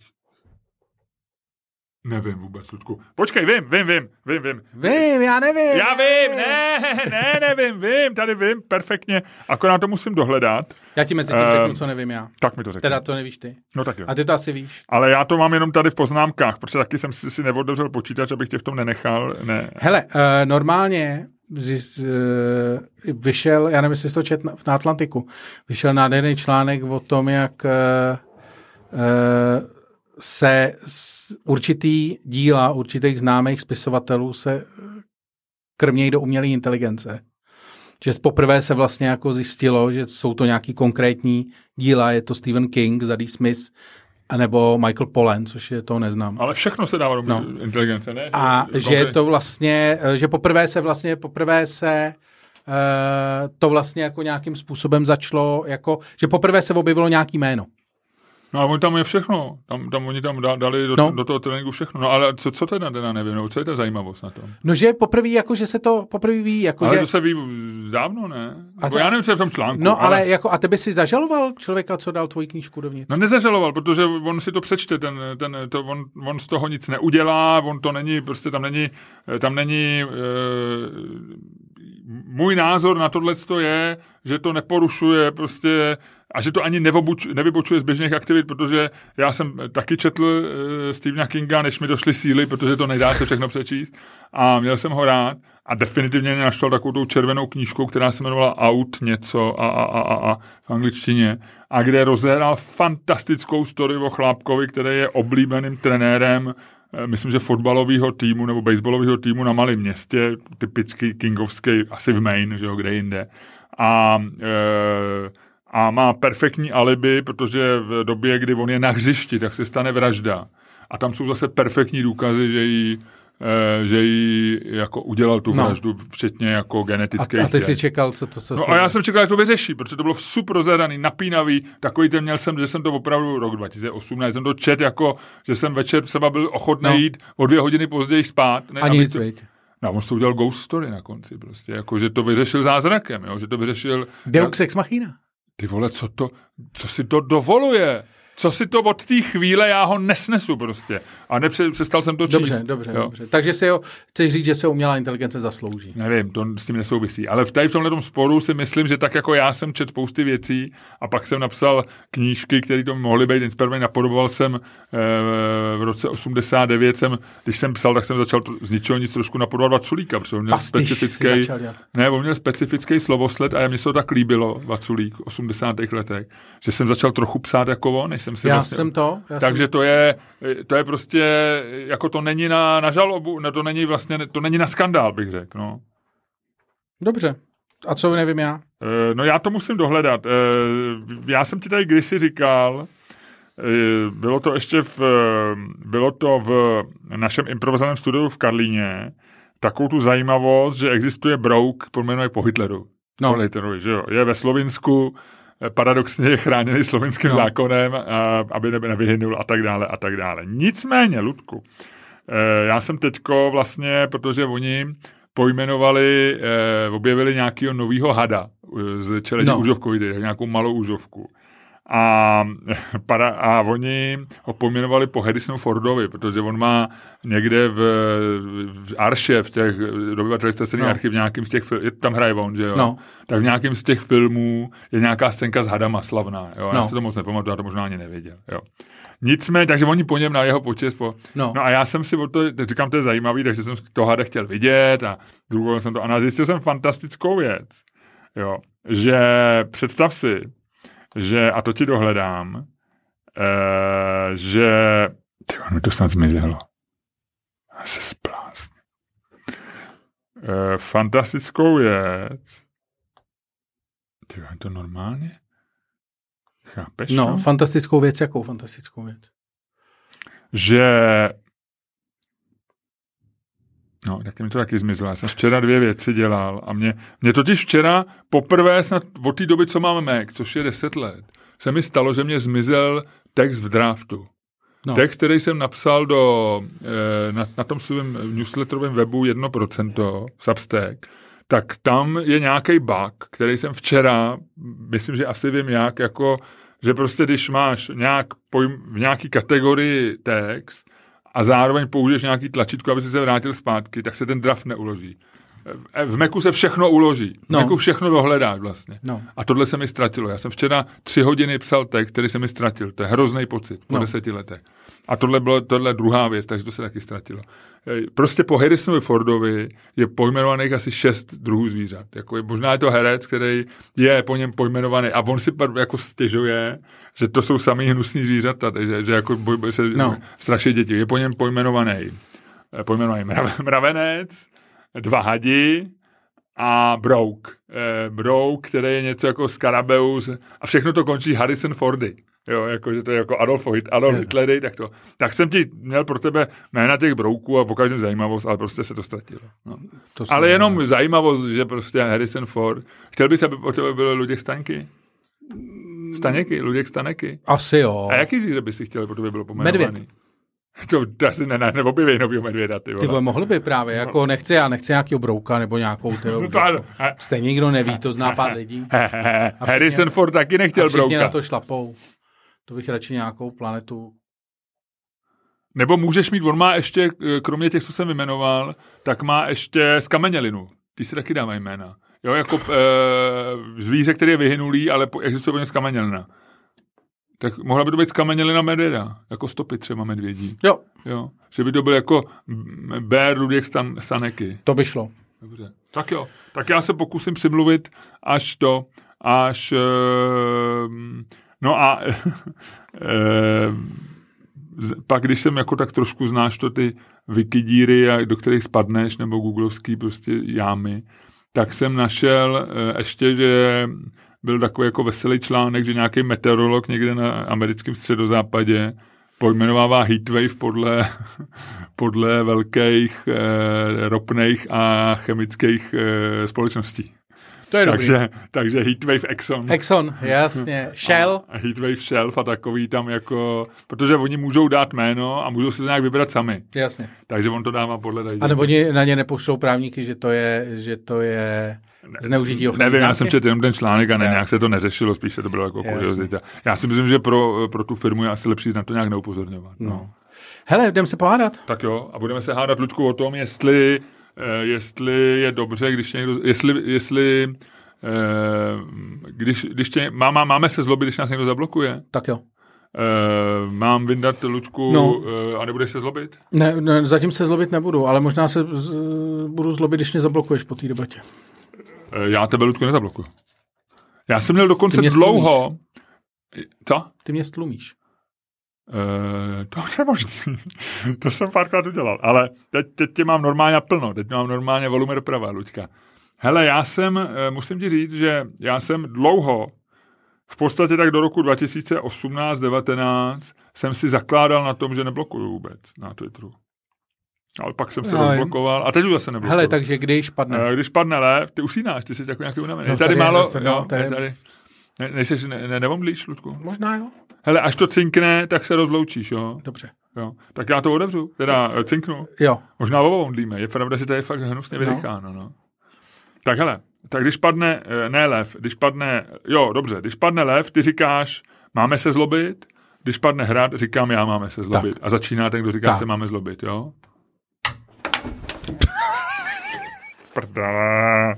Nevím vůbec, Ludku. Počkej, vím, vím, vím, vím, vím. Vím, já nevím. Já vím, ne, ne, nevím, vím, tady vím, perfektně. Akorát to musím dohledat. Já ti mezi tím uh, řeknu, co nevím já. Tak mi to řekni. Teda to nevíš ty. No tak jo. A ty to asi víš. Ale já to mám jenom tady v poznámkách, protože taky jsem si, si neodevřel počítač, abych tě v tom nenechal. Ne. Hele, uh, normálně z, uh, vyšel, já nevím, jestli jsi to čet na, na Atlantiku, vyšel nádherný článek o tom, jak uh, uh, se určitý díla určitých známých spisovatelů se krmějí do umělé inteligence. Že poprvé se vlastně jako zjistilo, že jsou to nějaký konkrétní díla, je to Stephen King, Zadie Smith, anebo Michael Pollan, což je to neznám. Ale všechno se dává do no. inteligence, ne? A Dobře. Že je to vlastně, že poprvé se vlastně, poprvé se uh, to vlastně jako nějakým způsobem začalo, jako, že poprvé se objevilo nějaký jméno. No a oni tam je všechno. Tam, tam oni tam dali do, no. do toho tréninku všechno. No ale co, co teda, teda nevím, no, co je ta zajímavost na tom? No že poprvé, jako že se to poprvé ví. Jako, ale že... to se ví dávno, ne? A to... Já nevím, co je v tom článku. No ale, ale jako, a tebe si zažaloval člověka, co dal tvoji knížku dovnitř? No nezažaloval, protože on si to přečte, ten, ten, to, on, on z toho nic neudělá, on to není, prostě tam není, tam není, e, můj názor na tohleto je, že to neporušuje prostě a že to ani nevobuč, nevybočuje z běžných aktivit, protože já jsem taky četl uh, Stephena Kinga, než mi došly síly, protože to nedá se všechno přečíst a měl jsem ho rád a definitivně mě našel takovou tou červenou knížkou, která se jmenovala Out něco a, a, a, a, a v angličtině a kde rozehrál fantastickou story o chlápkovi, který je oblíbeným trenérem myslím, že fotbalového týmu nebo baseballového týmu na malém městě, typicky kingovský, asi v Maine, že jo, kde jinde. A, e, a má perfektní alibi, protože v době, kdy on je na hřišti, tak se stane vražda. A tam jsou zase perfektní důkazy, že jí že jí jako udělal tu vraždu, no. Včetně jako genetických. A, a ty jsi čekal, co to se No a já jsem čekal, jak to vyřeší, protože to bylo super rozhledaný, napínavý, takový ten měl jsem, že jsem to opravdu rok dva tisíce osmnáct, jsem to čet jako, že jsem večer třeba byl ochotný no. jít o dvě hodiny později spát. Ne, a nic, to... No, on to udělal ghost story na konci prostě, jako, že to vyřešil zázrakem, jo, že to vyřešil... Deus ex machina. Ty vole, co to, co si to dovoluje? Co si to od té chvíle, já ho nesnesu prostě. A nepřestal jsem to číst. Dobře, dobře, jo. dobře. Takže si ho, chceš říct, že se umělá inteligence zaslouží. Nevím, to s tím nesouvisí. Ale v tady v tomhle sporu si myslím, že tak jako já jsem četl spousty věcí a pak jsem napsal knížky, které to mohly být inspirované. Napodoboval jsem e, v roce osmdesát devět, jsem, když jsem psal, tak jsem začal to, z ničeho nic trošku napodobovat Vaculíka, protože on měl specifický, ne, on měl specifický slovosled a mně se to tak líbilo, Vaculík, v osmdesátých letech, že jsem začal trochu psát jako on, než jsem si já vlastně, jsem to. Já takže jsem... to je, to je prostě, jako to není na, na žalobu, no to není vlastně, to není na skandál, bych řekl, no. Dobře. A co nevím já? E, no já to musím dohledat. E, já jsem ti tady kdysi říkal, e, bylo to ještě v, bylo to v našem improvizovaném studiu v Karlíně, takovou tu zajímavost, že existuje brouk, pojmenuje po Hitleru. No. Po Hitlerovi, že jo. Je ve Slovinsku, paradoxně je chráněný slovenským no. zákonem, aby nevyhynul a tak dále a tak dále. Nicméně, Ludku, já jsem teďko vlastně, protože oni pojmenovali, objevili nějakého novýho hada z čeledí no. úžovkovidy, nějakou malou úžovku. A, para, a oni ho pojmenovali po Harrisonu Fordovi, protože on má někde v, v arše, v těch dobyvatelích stacených no. archiv, v nějakým z těch filmů, tam hraje on, že jo? No. Tak v nějakým z těch filmů je nějaká scénka s hadama slavná, jo? No. Já si to moc nepamatuju, já to možná ani nevěděl, jo? Nicméně, takže oni po něm na jeho počest. Po... No. no a já jsem si o to, teď říkám, to je zajímavý, takže jsem toho hada chtěl vidět a druhou jsem to, a zjistil jsem fantastickou věc, jo? Že představ si, že, a to ti dohledám, e, že tyjo, mi to snad zmizelo. Já se splásnu. E, fantastickou věc. Tyjo, je to normálně? Chápeš? No, to? fantastickou věc, jakou fantastickou věc? Že no, taky mi to taky zmizelo. Já jsem včera dvě věci dělal a mě, mě totiž včera poprvé snad od té doby, co mám Mac, což je deset let, se mi stalo, že mě zmizel text v draftu. No. Text, který jsem napsal do, na, na tom svém newsletterovém webu jedno procento Substack, tak tam je nějaký bug, který jsem včera, myslím, že asi vím jak, jako, že prostě když máš nějak pojm, v nějaký kategorii text, a zároveň použiješ nějaký tlačítko, aby si se vrátil zpátky, tak se ten draft neuloží. V Macu se všechno uloží. V no. Macu všechno dohledáš vlastně. No. A tohle se mi ztratilo. Já jsem včera tři hodiny psal text, který se mi ztratil. To je hrozný pocit po no. deseti letech. A tohle bylo tohle druhá věc, takže to se taky ztratilo. Prostě po Harrisonovi Fordovi je pojmenovaných asi šest druhů zvířat. Jako je, možná je to herec, který je po něm pojmenovaný a on si jako stěžuje, že to jsou samý hnusný zvířata, takže že jako boj, se no. straší děti. Je po něm pojmenovaný, pojmenovaný mrav, mravenec, dva hadi a brouk. E, brouk, který je něco jako Scarabeus a všechno to končí Harrison Fordy. Jo, jako, že to je jako Adolf, Adolf yeah. Hitler, tak to. Tak jsem ti měl pro tebe jména těch brouků a po každém zajímavost, ale prostě se to ztratilo. No. To ale jenom ne. zajímavost, že prostě Harrison Ford. Chtěl bys, aby o tebe byly Luděk Staňky? Staněky, Luděk Staněky. Asi jo. A jaký zvíře by si chtěl, protože by bylo pomenovaný? Medvěd. To, to asi ne, ne, neobjeví novýho medvěda, ty vole. Ty vole, mohli by právě, jako nechci já, nechci nějakýho brouka nebo nějakou, ty no to ano. Stejně nikdo neví, to zná pár lidí. Harrison Ford taky nechtěl a všichni brouka. na to šlapou. To bych radši nějakou planetu. Nebo můžeš mít, on má ještě, kromě těch, co jsem vyjmenoval, tak má ještě skamenělinu. Ty si taky dávají jména. Jo, jako e, zvíře, který je vyhynulý, ale existuje po něm skamenělina. Tak mohla by to být skamenělina medvěda. Jako stopy třeba medvědí. Jo. Jo. Že by to byl jako Bér, Luděk, Stan, Staněky. To by šlo. Dobře. Tak jo. Tak já se pokusím přimluvit až to, až... E, no a... E, pak, když jsem jako tak trošku znáš to ty wikidíry, do kterých spadneš, nebo googlovský prostě jámy, tak jsem našel ještě, že byl takový jako veselý článek, že nějaký meteorolog někde na americkém středozápadě pojmenovává heatwave podle, podle velkých eh, ropných a chemických eh, společností. To je takže, dobrý. takže Heatwave Exxon. Exxon, jasně. Shell. A Heatwave Shelf a takový tam jako, protože oni můžou dát jméno a můžou si to nějak vybrat sami. Jasně. Takže on to dává podle tady. A nebo oni na ně nepošlou právníky, že to je, že to je zneužití ochrany. Nevím, já jsem četl jenom ten článek a ne, Jasně. nějak se to neřešilo, spíš se to bylo jako kuriozita. Já si myslím, že pro, pro tu firmu je asi lepší na to nějak neupozorňovat. No. No. Hele, jdeme se pohádat. Tak jo, a budeme se hádat, Luďku, o tom, jestli jestli je dobře, když někdo, jestli, jestli když, když tě, má, má, máme se zlobit, když nás někdo zablokuje? Tak jo. Mám vyndat, Luďku, no. a nebudeš se zlobit? Ne, ne, zatím se zlobit nebudu, ale možná se z, budu zlobit, když mě zablokuješ po té debatě. Já tebe, Luďku, nezablokuju. Já jsem měl dokonce dlouho... Stlumíš. Co? Ty mě stlumíš. Uh, to je možný. To jsem párkrát udělal. Ale teď, teď tě mám normálně plno. Teď mám normálně volume doprava, Luďka. Hele, já jsem, musím ti říct, že já jsem dlouho, v podstatě tak do roku dva tisíce osmnáct devatenáct jsem si zakládal na tom, že neblokuju vůbec na Twitteru. Ale pak jsem se no, rozblokoval a teď už zase neblokuju. Hele, takže když padne? Když padne lev, ty usínáš, ty jsi takový nějaký unavený. No, tady, tady málo... Je, no, no, tady... tady. Ne, nejseš, ne, ne, nevomdlíš, Ludku? Možná jo. Hele, až to cinkne, tak se rozloučíš, jo? Dobře. Jo. Tak já to otevřu, teda cinknu. Jo. Možná ovomdlíme. Je pravda, že to je fakt hnusně vydecháno, no. Tak hele, tak když padne, ne lev, když padne, jo, dobře, když padne lev, ty říkáš, máme se zlobit, když padne hrad, říkám já, máme se zlobit. Tak. A začíná ten, kdo říká, tak. se máme zlobit, jo? Prdele.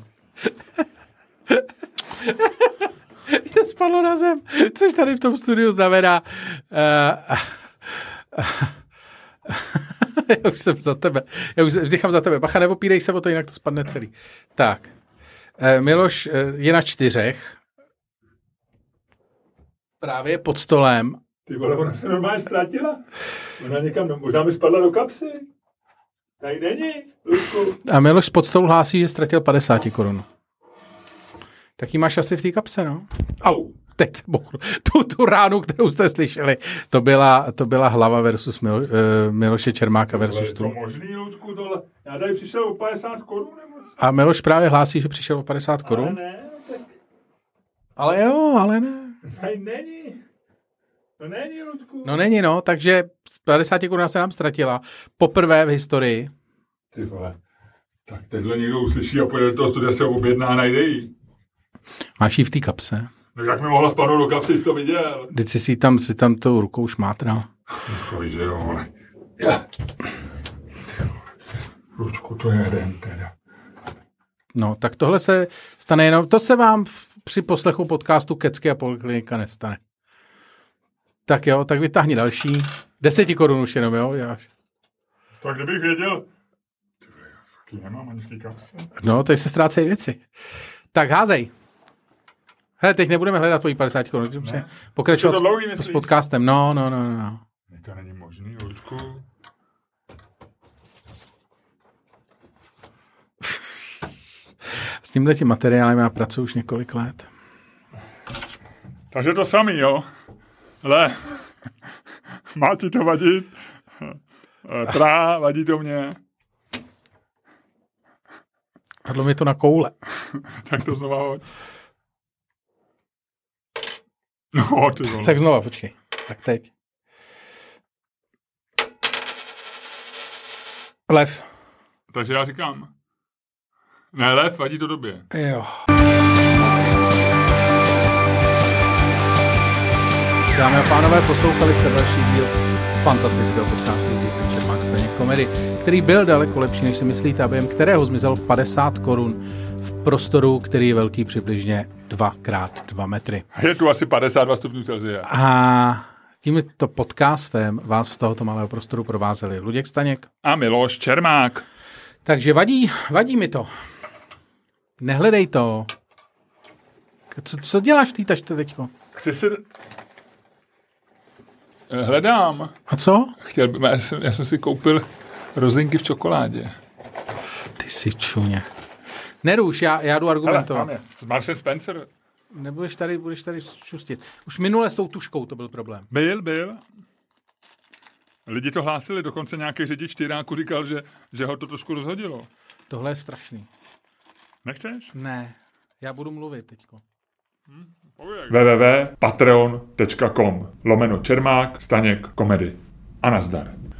Je spadlo na zem, což tady v tom studiu znamená... Uh, já už jsem za tebe. Já už vdychám za tebe. Bacha, neopírej se o to, jinak to spadne celý. Tak. Uh, Miloš uh, je na čtyřech. Právě pod stolem. Ty vole, ona se normálně ztratila. Ona někam, možná mi spadla do kapsy. Tady není, Luďku. A Miloš pod stolu hlásí, že ztratil padesát korun. Tak ji máš asi v té kapse, no. Au, teď se bochnu. Tu, tu ránu, kterou jste slyšeli, to byla, to byla hlava versus Milo, uh, Miloše Čermáka versus tu. Je to možný, Ludku, tohle. Já tady přišel o padesát korun. A Miloš právě hlásí, že přišel o padesát korun. Ale ne, tak... Ale jo, ale ne. Tady není. To není, Ludku. No není, no, takže padesát korun se nám ztratila. Poprvé v historii. Ty vole. Tak tenhle někdo uslyší a pojede do toho studia, se ho objedná a najde jí. Máš jí v té kapse? No jak mi mohla spadnout do kapsy, jsi to viděl? Teď jsi si tam, si tam tou rukou šmátral. To víš, že jo, ale... Ja. Lučku, to je jeden teda. No, tak tohle se stane jenom... To se vám v, při poslechu podcastu Kecky a Poliklinika nestane. Tak jo, tak vytáhni další. Deseti korun už jenom, jo? Jáš. Tak kdybych věděl... Taky nemám ani v té kapse. No, tady se ztrácejí věci. Tak házej. Hele, teď nebudeme hledat tvojí padesát korun. Ne. Pokračovat s, s podcastem. No, no, no, no. To není možný, Luďku. S tímhletím materiálem já pracuji už několik let. Takže to samý, jo? Ale má ti to vadit? Trá, vadí to mě. Padlo mi to na koule. Tak to znova hoď. No, ty vole. Tak znova, počkej. Tak teď. Lev. Takže já říkám. Ne, lev, vadí to době. Jo. Dámy a pánové, poslouchali jste další díl fantastického podcastu z dílny Čermák Staněk Komedy, který byl daleko lepší, než si myslíte, a během kterého zmizelo padesát korun v prostoru, který je velký přibližně dva krát dva metry. Je tu asi padesát dva stupňů Celsia. A tímto podcastem vás z tohoto malého prostoru provázeli Luděk Staněk a Miloš Čermák. Takže vadí, vadí mi to. Nehledej to. Co, co děláš v té tašte teďko? Chci si... Hledám. A co? Chtěl bych, já jsem, já jsem si koupil rozinky v čokoládě. Ty jsi čuně. Neruš, já, já jdu argumentovat. Hele, tam je. Marks and Spencer. Nebudeš tady, budeš tady šustit. Už minule s tou tuškou to byl problém. Byl, byl. Lidi to hlásili, dokonce nějaký řidič tyráku říkal, že, že ho to trošku rozhodilo. Tohle je strašný. Nechceš? Ne, já budu mluvit teďko. Hmm, w w w tečka patreon tečka com lomeno Čermák Staněk Komedy. A nazdar.